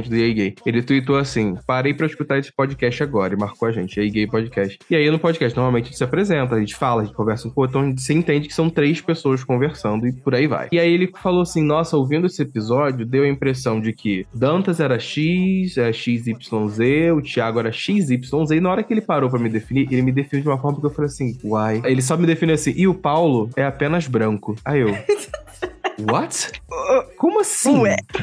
do EA Gay. Ele tweetou assim: parei pra escutar esse podcast agora, e marcou a gente, EA Gay Podcast. E aí no podcast, normalmente a gente se apresenta, a gente fala, a gente conversa um pouco, então a gente se entende que são 3 pessoas conversando e por aí vai. E aí ele falou assim: nossa, ouvindo esse episódio, deu a impressão de que Dantas era X, XYZ, o Thiago era XYZ, e na hora que ele parou pra me definir, ele me definiu de uma forma que eu falei assim, uai. Ele só me definiu assim, e o Paulo é apenas branco. Aí eu... What? Como assim?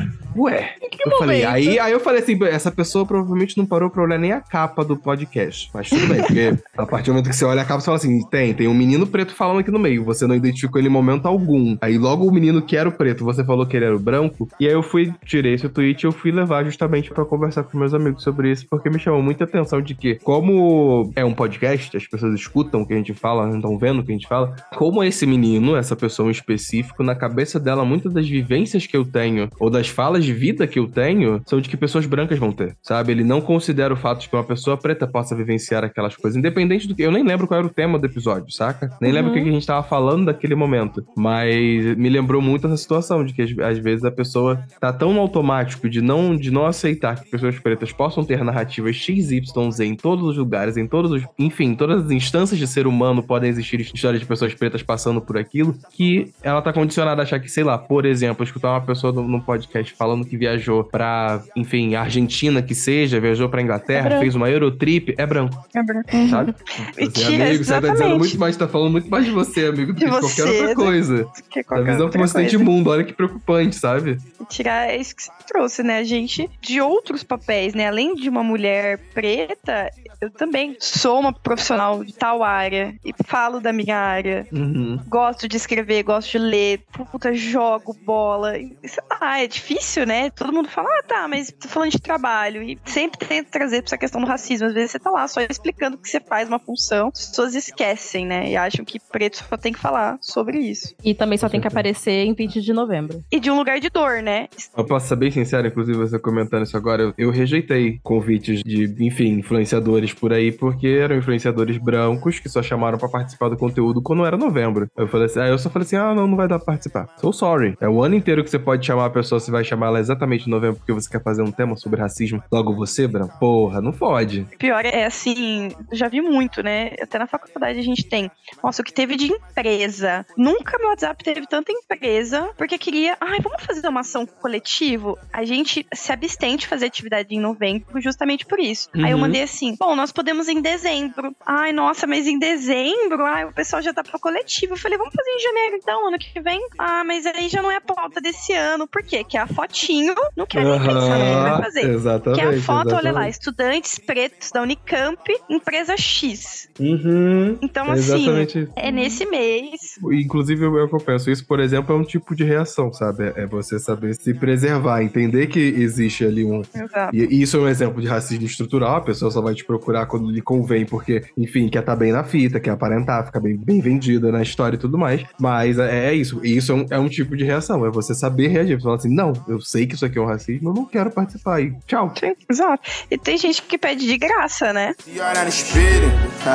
Ué. Em que momento? Falei, aí eu falei assim, essa pessoa provavelmente não parou pra olhar nem a capa do podcast. Mas tudo bem, porque a partir do momento que você olha a capa, você fala assim, tem um menino preto falando aqui no meio, você não identificou ele em momento algum. Aí logo o menino que era o preto, você falou que ele era o branco, e aí eu tirei esse tweet e eu fui levar justamente pra conversar com meus amigos sobre isso, porque me chamou muita atenção de que, como é um podcast, as pessoas escutam o que a gente fala, estão vendo o que a gente fala, como esse menino, essa pessoa em específico, na cabeça dela, muitas das vivências que eu tenho, ou das falas de vida que eu tenho, são de que pessoas brancas vão ter, sabe? Ele não considera o fato de que uma pessoa preta possa vivenciar aquelas coisas, independente do que... Eu nem lembro qual era o tema do episódio, saca? Nem lembro o que a gente tava falando naquele momento, mas me lembrou muito essa situação de que às vezes a pessoa tá tão no automático de não aceitar que pessoas pretas possam ter narrativas XYZ em todos os lugares, em todos os... Enfim, todas as instâncias de ser humano podem existir histórias de pessoas pretas passando por aquilo, que ela tá condicionada a achar que, sei lá, por exemplo, escutar uma pessoa num podcast falando que viajou pra, enfim, Argentina que seja, viajou pra Inglaterra, fez uma Eurotrip, é branco. É branco. Sabe? Mentira, amigo, você tá dizendo muito mais, tá falando muito mais de você, amigo, do que de qualquer outra coisa. A visão que você tem de mundo, olha que preocupante, sabe? Tirar isso que você trouxe, né? A gente, de outros papéis, né? Além de uma mulher preta, eu também sou uma profissional de tal área e falo da minha área. Gosto de escrever, gosto de ler, jogo bola. Sei lá, é difícil, né? Todo mundo fala, tá, mas tô falando de trabalho. E sempre tento trazer pra essa questão do racismo. Às vezes você tá lá só explicando que você faz uma função, as pessoas esquecem, né? E acham que preto só tem que falar sobre isso. E também só tem que aparecer em 20 de novembro. E de um lugar de dor, né? Eu posso ser bem sincero, inclusive você comentando isso agora, eu rejeitei convites de, enfim, influenciadores por aí, porque eram influenciadores brancos que só chamaram pra participar do conteúdo quando era novembro. Eu só falei assim, não vai dar pra participar. So sorry. É o ano inteiro que você pode chamar a pessoa, você vai chamar ela exatamente em novembro porque você quer fazer um tema sobre racismo. Logo você, branco? Porra, não pode. Pior é assim, já vi muito, né? Até na faculdade a gente tem. Nossa, o que teve de empresa. Nunca meu WhatsApp teve tanta empresa, porque queria, vamos fazer uma ação coletivo? A gente se abstém de fazer atividade em novembro justamente por isso. Aí eu mandei assim, bom, nós podemos em dezembro. Ai, nossa, mas em dezembro? O pessoal já tá pro coletivo. Eu falei, vamos fazer em janeiro então, ano que vem? Mas aí já não é a pauta desse ano. Por quê? Que é a fotinho, não quero nem pensar no que vai fazer. Exatamente. Que é a foto, olha lá, estudantes pretos da Unicamp, empresa X. Então, assim, é nesse mês. Inclusive, eu penso, isso, por exemplo, é um tipo de reação, sabe? É você saber se preservar, entender que existe ali um... Exato. E isso é um exemplo de racismo estrutural, a pessoa só vai te procurar quando lhe convém, porque, enfim, quer estar bem na fita, quer aparentar, ficar bem vendida na história e tudo mais. Mas é isso. E isso é um tipo de reação, é você saber reagir. Você fala assim, não, eu sei que isso aqui é um racismo, eu não quero participar. E tchau. Sim, exato. E tem gente que pede de graça, né? E olha no espelho.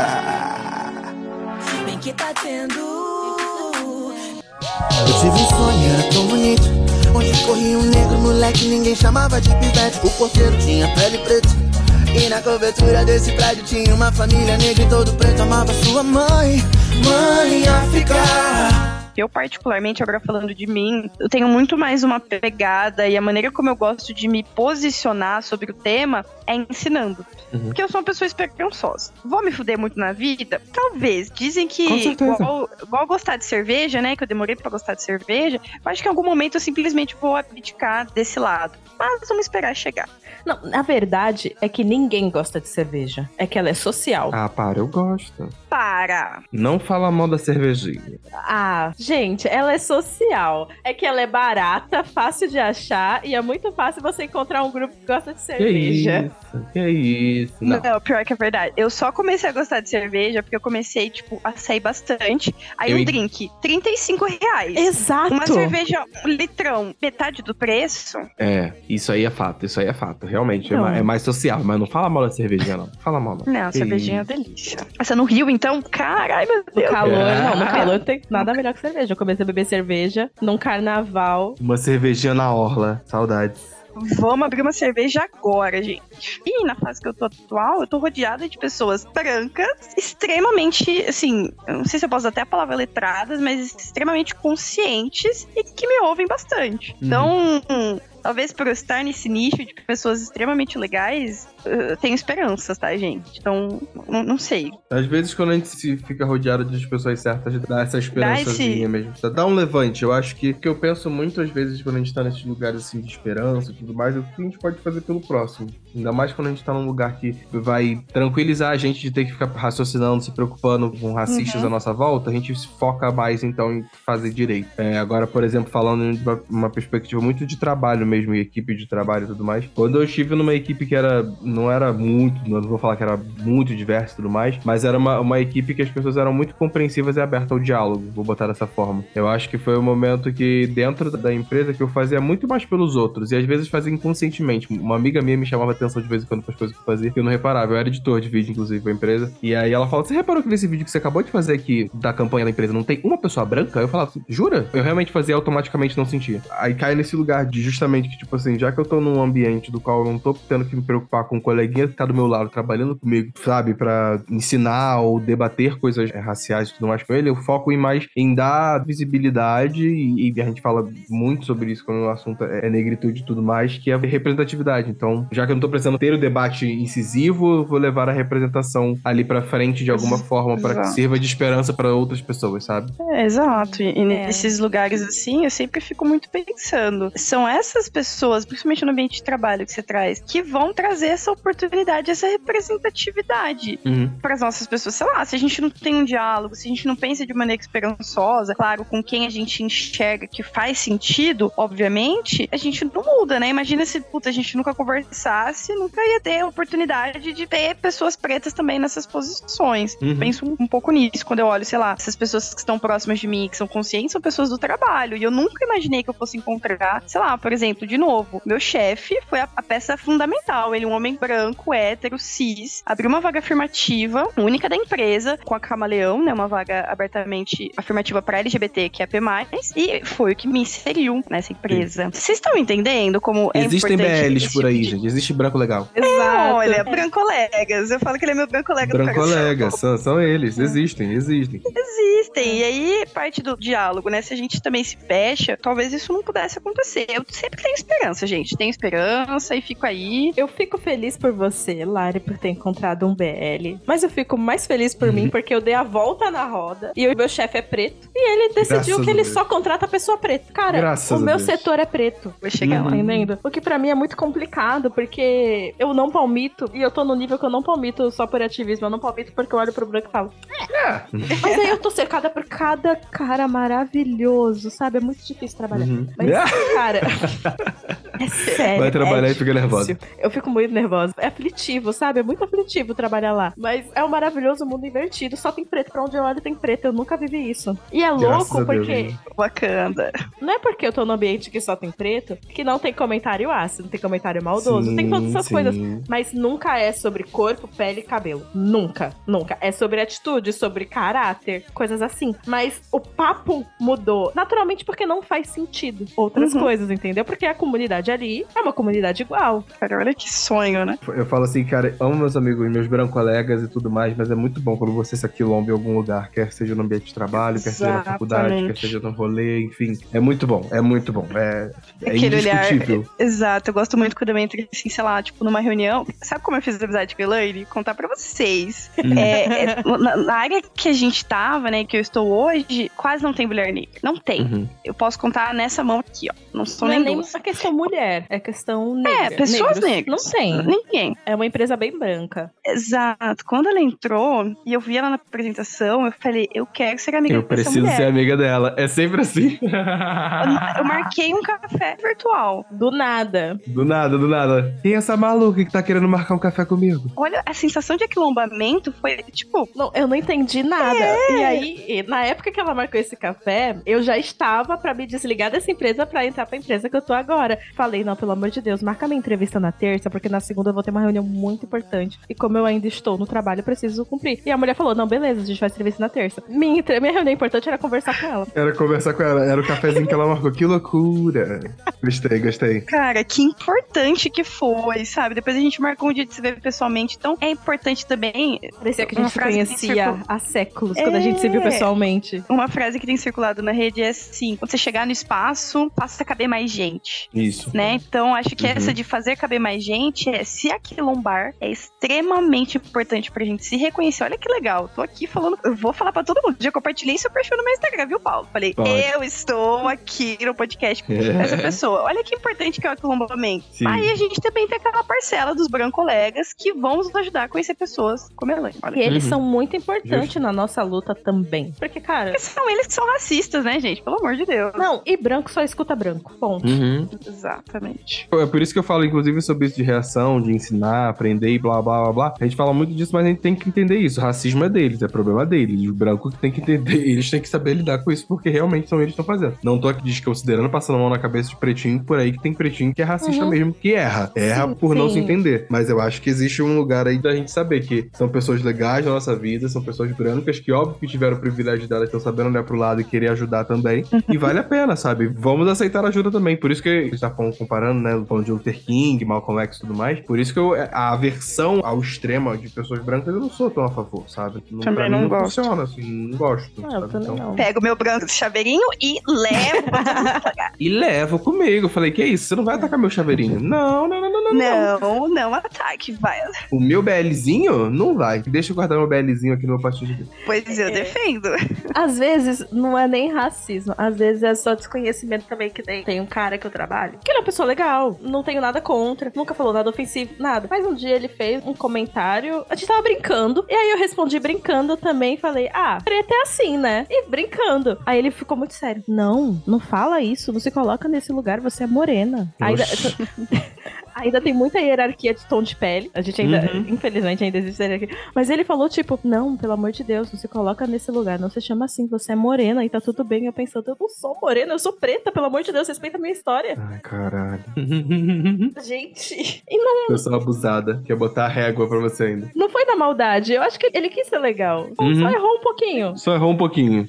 Bem que tá tendo. Eu tive um sonho, era tão bonito, onde corria um negro moleque, ninguém chamava de pivete. O porteiro tinha pele preta, e na cobertura desse prédio tinha uma família negra e todo preto amava sua mãe, mãe África. Eu, particularmente, agora falando de mim, eu tenho muito mais uma pegada e a maneira como eu gosto de me posicionar sobre o tema é ensinando. Porque eu sou uma pessoa esperançosa. Vou me fuder muito na vida? Talvez. Dizem que, igual gostar de cerveja, né? Que eu demorei pra gostar de cerveja. Eu acho que em algum momento eu simplesmente vou abdicar desse lado. Mas vamos esperar chegar. Não, na verdade, é que ninguém gosta de cerveja. É que ela é social. Para, eu gosto. Para. Não fala mal da cervejinha. Gente, ela é social. É que ela é barata, fácil de achar e é muito fácil você encontrar um grupo que gosta de cerveja. Que isso? Não, pior que é verdade. Eu só comecei a gostar de cerveja porque eu comecei, a sair bastante. Aí um drink, R$35. Exato. Uma cerveja, um litrão, metade do preço. Isso aí é fato. Realmente, é mais social. Mas não fala mal da cervejinha, não. Fala mal, não. Não, cervejinha é delícia. Essa no Rio, então, caralho, meu Deus. No calor tem nada melhor que cerveja. Eu comecei a beber cerveja num carnaval. Uma cervejinha na orla. Saudades. vamos abrir uma cerveja agora, gente. E na fase que eu tô atual, eu tô rodeada de pessoas brancas, extremamente, assim, eu não sei se eu posso usar até a palavra letradas, mas extremamente conscientes e que me ouvem bastante. Então, talvez por eu estar nesse nicho de pessoas extremamente legais, eu tenho esperanças, tá, gente? Então, não sei. Às vezes, quando a gente se fica rodeado de pessoas certas, dá essa esperançazinha mesmo. Dá um levante. Eu acho que eu penso muito, às vezes, quando a gente tá nesses lugares, assim, de esperança e tudo mais, é o que a gente pode fazer pelo próximo. Ainda mais quando a gente tá num lugar que vai tranquilizar a gente de ter que ficar raciocinando, se preocupando com racistas à nossa volta, a gente se foca mais, então, em fazer direito. Agora, por exemplo, falando de uma perspectiva muito de trabalho mesmo, e equipe de trabalho e tudo mais, quando eu estive numa equipe que não era muito, não vou falar que era muito diversa e tudo mais, mas era uma equipe que as pessoas eram muito compreensivas e abertas ao diálogo, vou botar dessa forma. Eu acho que foi o momento que, dentro da empresa, que eu fazia muito mais pelos outros, e às vezes fazia inconscientemente. Uma amiga minha me chamava atenção de vez em quando para as coisas que eu fazia, que eu não reparava. Eu era editor de vídeo, inclusive, pra empresa, e aí ela fala: você reparou que nesse vídeo que você acabou de fazer aqui, da campanha da empresa, não tem uma pessoa branca? Aí eu falava: jura? Eu realmente fazia, automaticamente não sentia. Aí cai nesse lugar de, justamente, que tipo assim, já que eu tô num ambiente do qual eu não tô tendo que me preocupar com um coleguinha que tá do meu lado, trabalhando comigo, sabe, pra ensinar ou debater coisas raciais e tudo mais com ele, eu foco em dar visibilidade, e a gente fala muito sobre isso quando o assunto é negritude e tudo mais, que é a representatividade. Então, já que eu não tô precisando ter o debate incisivo, eu vou levar a representação ali pra frente de alguma forma, pra que sirva de esperança pra outras pessoas, sabe? Exato. E nesses lugares assim, eu sempre fico muito pensando, são essas pessoas, principalmente no ambiente de trabalho que você traz, que vão trazer essa oportunidade, essa representatividade para as nossas pessoas. Sei lá, se a gente não tem um diálogo, se a gente não pensa de maneira esperançosa, claro, com quem a gente enxerga que faz sentido, obviamente, a gente não muda, né? Imagina se, a gente nunca conversasse, nunca ia ter a oportunidade de ter pessoas pretas também nessas posições. Penso um pouco nisso, quando eu olho, sei lá, essas pessoas que estão próximas de mim, que são conscientes, são pessoas do trabalho, e eu nunca imaginei que eu fosse encontrar, sei lá, por exemplo, de novo, meu chefe foi a peça fundamental. Ele é um homem branco, hétero, cis, abriu uma vaga afirmativa, única da empresa, com a Camaleão, né, uma vaga abertamente afirmativa para LGBT, que é P+, e foi o que me inseriu nessa empresa. Vocês estão entendendo como existem importante BLs por aí, gente. Existe branco legal. Exato. Olha, brancolegas. Eu falo que ele é meu brancolega do coração. Brancolegas, são eles. Existem. E aí, parte do diálogo, né? Se a gente também se fecha, talvez isso não pudesse acontecer. Eu sempre tenho esperança, gente. Tenho esperança e fico aí. Eu fico feliz por você, Lari, por ter encontrado um BL. Mas eu fico mais feliz por mim, porque eu dei a volta na roda e o meu chefe é preto. E ele decidiu que ele só contrata pessoa preta. Cara, o meu setor é preto. Vou chegar lá. Entendendo? O que pra mim é muito complicado, porque eu não palmito, e eu tô no nível que eu não palmito só por ativismo. Eu não palmito porque eu olho pro branco e falo: mas aí eu tô cercada por cada cara maravilhoso, sabe? É muito difícil trabalhar. Mas, cara, é sério. Vai trabalhar e fica nervosa. Eu fico muito nervosa. É aflitivo, sabe? É muito aflitivo trabalhar lá. Mas é um maravilhoso mundo invertido. Só tem preto. Pra onde eu olho tem preto. Eu nunca vivi isso. E é louco porque... Bacana. Não é porque eu tô num ambiente que só tem preto que não tem comentário ácido, não tem comentário maldoso. Tem todas essas coisas. Mas nunca é sobre corpo, pele e cabelo. Nunca. É sobre atitude, sobre caráter, coisas assim. Mas o papo mudou naturalmente porque não faz sentido outras coisas, entendeu? Porque a comunidade ali é uma comunidade igual. Cara, olha que sonho, né? Eu falo assim, cara, amo meus amigos, meus branco-colegas e tudo mais, mas é muito bom quando você se aquilomba em algum lugar, quer seja no ambiente de trabalho, quer seja na faculdade, quer seja no rolê, enfim. É muito bom. É indiscutível. Olhar, exato, eu gosto muito quando eu entro, assim, sei lá, tipo, numa reunião. Sabe como eu fiz amizade com a Elaine? Contar pra vocês. Na área que a gente tava, né, que eu estou hoje, quase não tem mulher negra. Não tem. Eu posso contar nessa mão aqui, ó. Não são nem duas. Não é questão mulher, é questão negra. Pessoas negras. Não tem. Ninguém. É uma empresa bem branca. Exato. Quando ela entrou e eu vi ela na apresentação, eu falei, eu quero ser amiga dessa mulher. Eu preciso ser amiga dela. É sempre assim. Eu marquei um café virtual. Do nada. Quem é essa maluca que tá querendo marcar um café comigo? Olha, a sensação de aquilombamento foi, tipo... Não, eu não entendi nada. E aí, na época que ela marcou esse café, eu já estava pra me desligar dessa empresa pra entrar pra empresa que eu tô agora. agora. Falei, não, pelo amor de Deus, marca minha entrevista na terça, porque na segunda eu vou ter uma reunião muito importante. E como eu ainda estou no trabalho, eu preciso cumprir. E a mulher falou, não, beleza, a gente faz entrevista na terça. Minha reunião importante era conversar com ela. Era conversar com ela, era o cafezinho que ela marcou. Que loucura. Gostei. Cara, que importante que foi, sabe? Depois a gente marcou um dia de se ver pessoalmente. Então, é importante também... Parecia que a gente se conhecia há séculos, quando a gente se viu pessoalmente. Uma frase que tem circulado na rede é assim, quando você chegar no espaço, faça caber mais gente. Isso. Né? Então, acho que essa de fazer caber mais gente é se aquilombar, é extremamente importante pra gente se reconhecer. Olha que legal, tô aqui falando, eu vou falar pra todo mundo. Já compartilhei seu perfil no meu Instagram, viu, Paulo? Falei, eu estou aqui no podcast com essa pessoa. Olha que importante que é o aquilombamento. Sim. Aí a gente também tem aquela parcela dos brancolegas que vão nos ajudar a conhecer pessoas como Elaine. E eles são muito importantes na nossa luta também. Porque, cara... Porque são eles que são racistas, né, gente? Pelo amor de Deus. Não, e branco só escuta branco. Ponto. Exatamente. É por isso que eu falo, inclusive, sobre isso de reação, de ensinar, aprender e blá, blá, blá, blá. A gente fala muito disso, mas a gente tem que entender isso. O racismo é deles, é problema deles. O branco que tem que entender, eles têm que saber lidar com isso, porque realmente são eles que estão fazendo. Não tô aqui desconsiderando, passando a mão na cabeça de pretinho por aí, que tem pretinho que é racista mesmo, que erra. Erra por não se entender. Mas eu acho que existe um lugar aí da gente saber que são pessoas legais na nossa vida, são pessoas brancas que, óbvio, que tiveram o privilégio delas, estão sabendo olhar pro lado e querer ajudar também. E vale a pena, sabe? Vamos aceitar ajuda também. Por isso que a gente tá comparando, né? Falando de Luther King, Malcolm X e tudo mais. Por isso que a aversão ao extremo de pessoas brancas eu não sou tão a favor, sabe? Também não gosto. Funciona, assim, não gosto. Eu também não. Pego o meu branco de chaveirinho e levo pra todo mundo pagar. E levo comigo. Eu falei, que isso? Você não vai atacar meu chaveirinho? Não. Não ataque, vai. O meu BLzinho? Não vai. Deixa eu guardar meu BLzinho aqui no meu pastinho de vida. Pois eu defendo. Às vezes, não é nem racismo. Às vezes é só desconhecimento também, que tem um cara que eu trabalho, que ele é uma pessoa legal, não tenho nada contra, nunca falou nada ofensivo, nada. Mas um dia ele fez um comentário, a gente tava brincando, e aí eu respondi brincando também, falei, preto é assim, né? E brincando. Aí ele ficou muito sério. Não fala isso, não se coloca nesse lugar, você é morena. Ainda tem muita hierarquia de tom de pele. A gente ainda, infelizmente, ainda existe hierarquia. Mas ele falou, tipo, não, pelo amor de Deus, não se coloca nesse lugar, não se chama assim, você é morena e tá tudo bem. Eu pensando, eu não sou morena, eu sou preta, pelo amor de Deus, respeita a minha história. Ai, caralho. Gente, e não... Pessoa abusada, quer botar a régua pra você ainda. Não foi na maldade, eu acho que ele quis ser legal. Só errou um pouquinho. Só errou um pouquinho.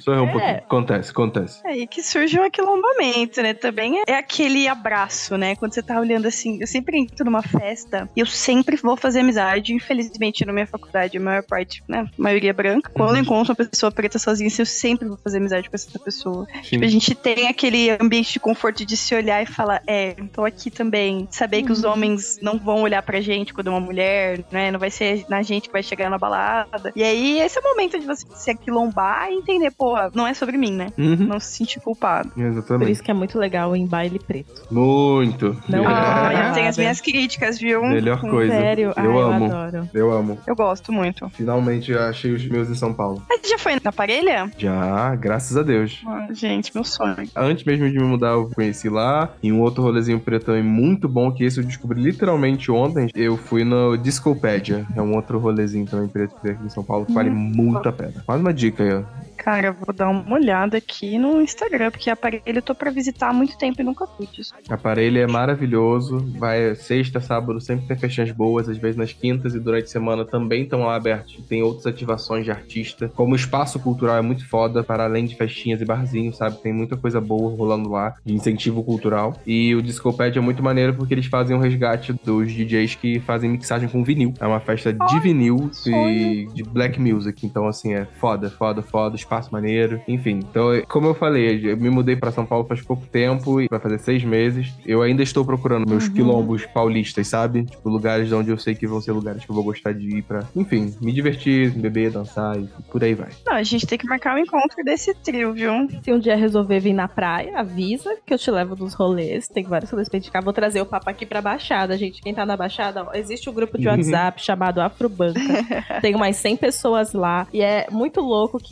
Acontece. É aí que surge o aquilombamento, né? Também é aquele abraço, né? Quando você tá olhando assim, eu sempre entro numa festa e eu sempre vou fazer amizade. Infelizmente, na minha faculdade, a maior parte, né? Maioria branca. Quando eu encontro uma pessoa preta sozinha, eu sempre vou fazer amizade com essa pessoa. Tipo, a gente tem aquele ambiente de conforto de se olhar e falar, tô aqui também. Saber que os homens não vão olhar pra gente quando é uma mulher, né? Não vai ser na gente que vai chegar na balada. E aí, esse é o momento de você se aquilombar e entender, não é sobre mim, né? Não se sentir culpado. Exatamente. Por isso que é muito legal em baile preto. Muito. Não eu tenho as minhas críticas, viu? Melhor coisa. Sério? Eu amo. Adoro. Eu amo. Eu gosto muito. Finalmente eu achei os meus em São Paulo. Mas você já foi na Parelha? Já, graças a Deus. Gente, meu sonho. Antes mesmo de me mudar, eu conheci lá. E um outro rolezinho preto também muito bom, que esse eu descobri literalmente ontem. Eu fui no Discopédia. É um outro rolezinho também preto que tem aqui em São Paulo, que vale muito a pena. Faz uma dica aí, ó. Cara, eu vou dar uma olhada aqui no Instagram, porque a Parelha eu tô pra visitar há muito tempo e nunca fui disso. A Parelha é maravilhoso. Vai sexta, sábado, sempre tem festinhas boas. Às vezes nas quintas e durante a semana também estão lá abertos. Tem outras ativações de artista. Como o espaço cultural é muito foda, para além de festinhas e barzinhos, sabe? Tem muita coisa boa rolando lá, de incentivo cultural. E o Discopad é muito maneiro porque eles fazem um resgate dos DJs que fazem mixagem com vinil. É uma festa de vinil e de black music. Então, assim, é foda. Espaço maneiro. Enfim, então, como eu falei, eu me mudei pra São Paulo faz pouco tempo e vai fazer 6 meses. Eu ainda estou procurando meus quilombos paulistas, sabe? Tipo, lugares onde eu sei que vão ser lugares que eu vou gostar de ir pra, enfim, me divertir, beber, dançar e por aí vai. Não, a gente tem que marcar o encontro desse trio, viu? Se um dia resolver vir na praia, avisa que eu te levo nos rolês. Tem vários rolês pra indicar. Vou trazer o papo aqui pra Baixada, gente. Quem tá na Baixada, ó, existe um grupo de WhatsApp chamado Afrobanca. Tem umas 100 pessoas lá. E é muito louco que nem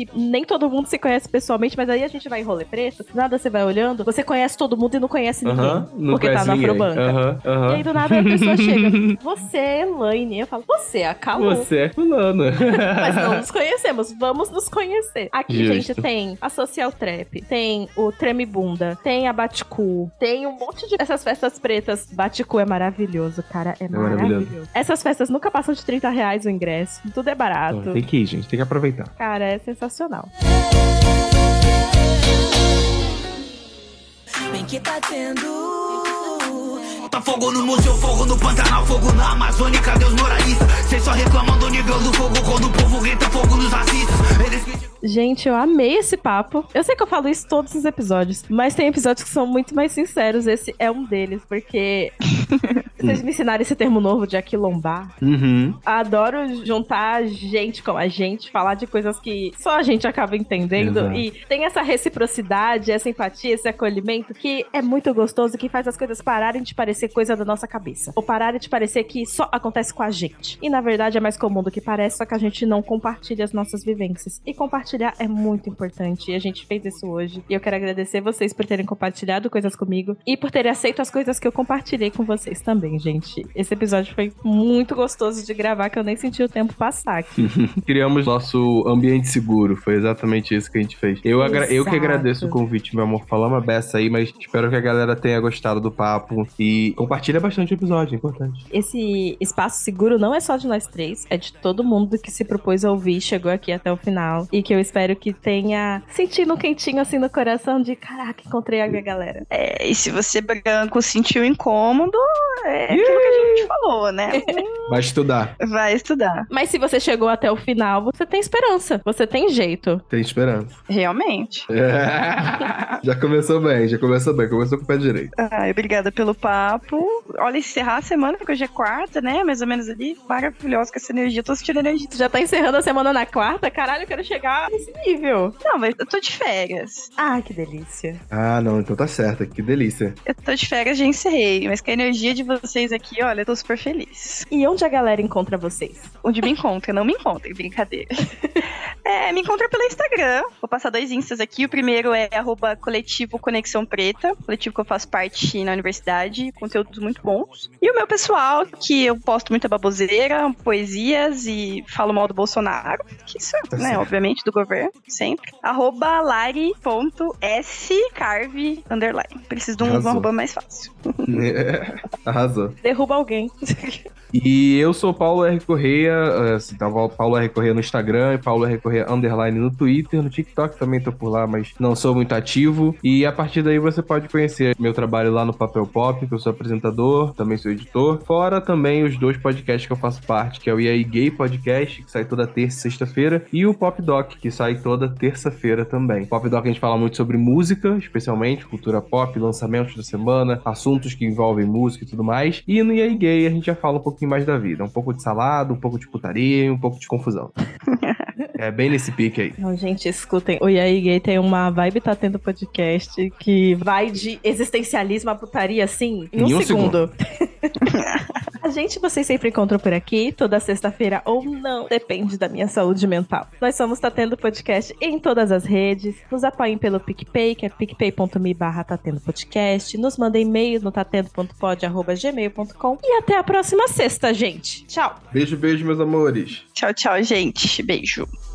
todo mundo se conhece pessoalmente, mas aí a gente vai em rolê preto, do nada você vai olhando, você conhece todo mundo e não conhece ninguém. Não porque tá na ninguém. Afrobanca. E aí do nada a pessoa chega, você é Elaine. Eu falo, você é a Calu. Você é fulano. Mas não nos conhecemos, vamos nos conhecer. Aqui, Justo. gente, tem a Social Trap, tem o Tremibunda, tem a Baticu, tem um monte de... Essas festas pretas, Baticu é maravilhoso, cara, é maravilhoso. Essas festas nunca passam de R$30 o ingresso, tudo é barato. Então, tem que ir, gente, tem que aproveitar. Cara, é sensacional. Bem que tá tendo. Tá fogo no museu, fogo no Pantanal, fogo na Amazônia, cadê os moralistas? Vocês só reclamam do nível do fogo quando o povo grita fogo nos racistas. Gente, eu amei esse papo. Eu sei que eu falo isso todos os episódios, mas tem episódios que são muito mais sinceros. Esse é um deles, porque vocês me ensinaram esse termo novo de aquilombar. Adoro juntar gente com a gente, falar de coisas que só a gente acaba entendendo. Exato. E tem essa reciprocidade, essa empatia, esse acolhimento que é muito gostoso, que faz as coisas pararem de parecer coisa da nossa cabeça. Ou pararem de parecer que só acontece com a gente. E na verdade é mais comum do que parece, só que a gente não compartilha as nossas vivências. E compartilhar é muito importante. E a gente fez isso hoje. E eu quero agradecer vocês por terem compartilhado coisas comigo e por terem aceito as coisas que eu compartilhei com vocês também, gente. Esse episódio foi muito gostoso de gravar, que eu nem senti o tempo passar aqui. Criamos nosso ambiente seguro. Foi exatamente isso que a gente fez. Eu que agradeço o convite, meu amor. Falamos a beça aí, mas espero que a galera tenha gostado do papo. E compartilha bastante o episódio, é importante. Esse espaço seguro não é só de nós três, é de todo mundo que se propôs a ouvir, chegou aqui até o final. E que eu espero que tenha sentido um quentinho assim no coração de caraca, encontrei a minha galera. E se você branco sentiu incômodo, é aquilo que a gente falou, né? Vai estudar. Vai estudar. Mas se você chegou até o final, você tem esperança. Você tem jeito. Tem esperança. Realmente. Já começou bem. Começou com o pé direito. Obrigada pelo papo. Olha, encerrar a semana, porque hoje é quarta, né? Mais ou menos ali. Maravilhosa com essa energia. Tô sentindo energia. Já tá encerrando a semana na quarta? Caralho, eu quero chegar nesse nível. Não, mas eu tô de férias. Ah, que delícia. Ah, não, então tá certo. Que delícia. Eu tô de férias, já encerrei. Mas com a energia de vocês aqui, olha, eu tô super feliz. E onde a galera encontra vocês? Onde me encontra, não me encontrem, brincadeira. Me encontra pelo Instagram. Vou passar 2 instas aqui. O primeiro é @coletivo Conexão Preta, coletivo que eu faço parte na universidade, conteúdos muito bons. E o meu pessoal, que eu posto muita baboseira, poesias e falo mal do Bolsonaro, que isso é, né, obviamente, do governo, sempre. @lari.scarve_. Preciso de um arroba mais fácil. Arrasou. Derruba alguém. E eu sou Paulo R. Correia, Paulo R. Correia no Instagram e Paulo R. Correia _ no Twitter, no TikTok também tô por lá, mas não sou muito ativo. E a partir daí você pode conhecer meu trabalho lá no Papel Pop, que eu sou apresentador, também sou editor. Fora também os 2 podcasts que eu faço parte, que é o E aí Gay Podcast, que sai toda terça e sexta-feira, e o Pop Doc, que sai toda terça-feira também. Pop Doc a gente fala muito sobre música, especialmente cultura pop, lançamentos da semana, assuntos que envolvem música e tudo mais. E no E aí Gay a gente já fala um pouquinho mais da vida, um pouco de salada, um pouco de putaria e um pouco de confusão. É bem nesse pique aí. Não, gente, escutem. O E aí Gay tem uma vibe Tá Tendo Podcast que vai de existencialismo à putaria, assim, em um segundo. A gente, vocês sempre encontram por aqui, toda sexta-feira ou não, depende da minha saúde mental. Nós somos Tá Tendo Podcast em todas as redes. Nos apoiem pelo PicPay, que é picpay.me/tatendopodcast. Nos mandem e-mail no tatendo.pod@gmail.com. E até a próxima sexta, gente. Tchau. Beijo, meus amores. Tchau, gente. Beijo.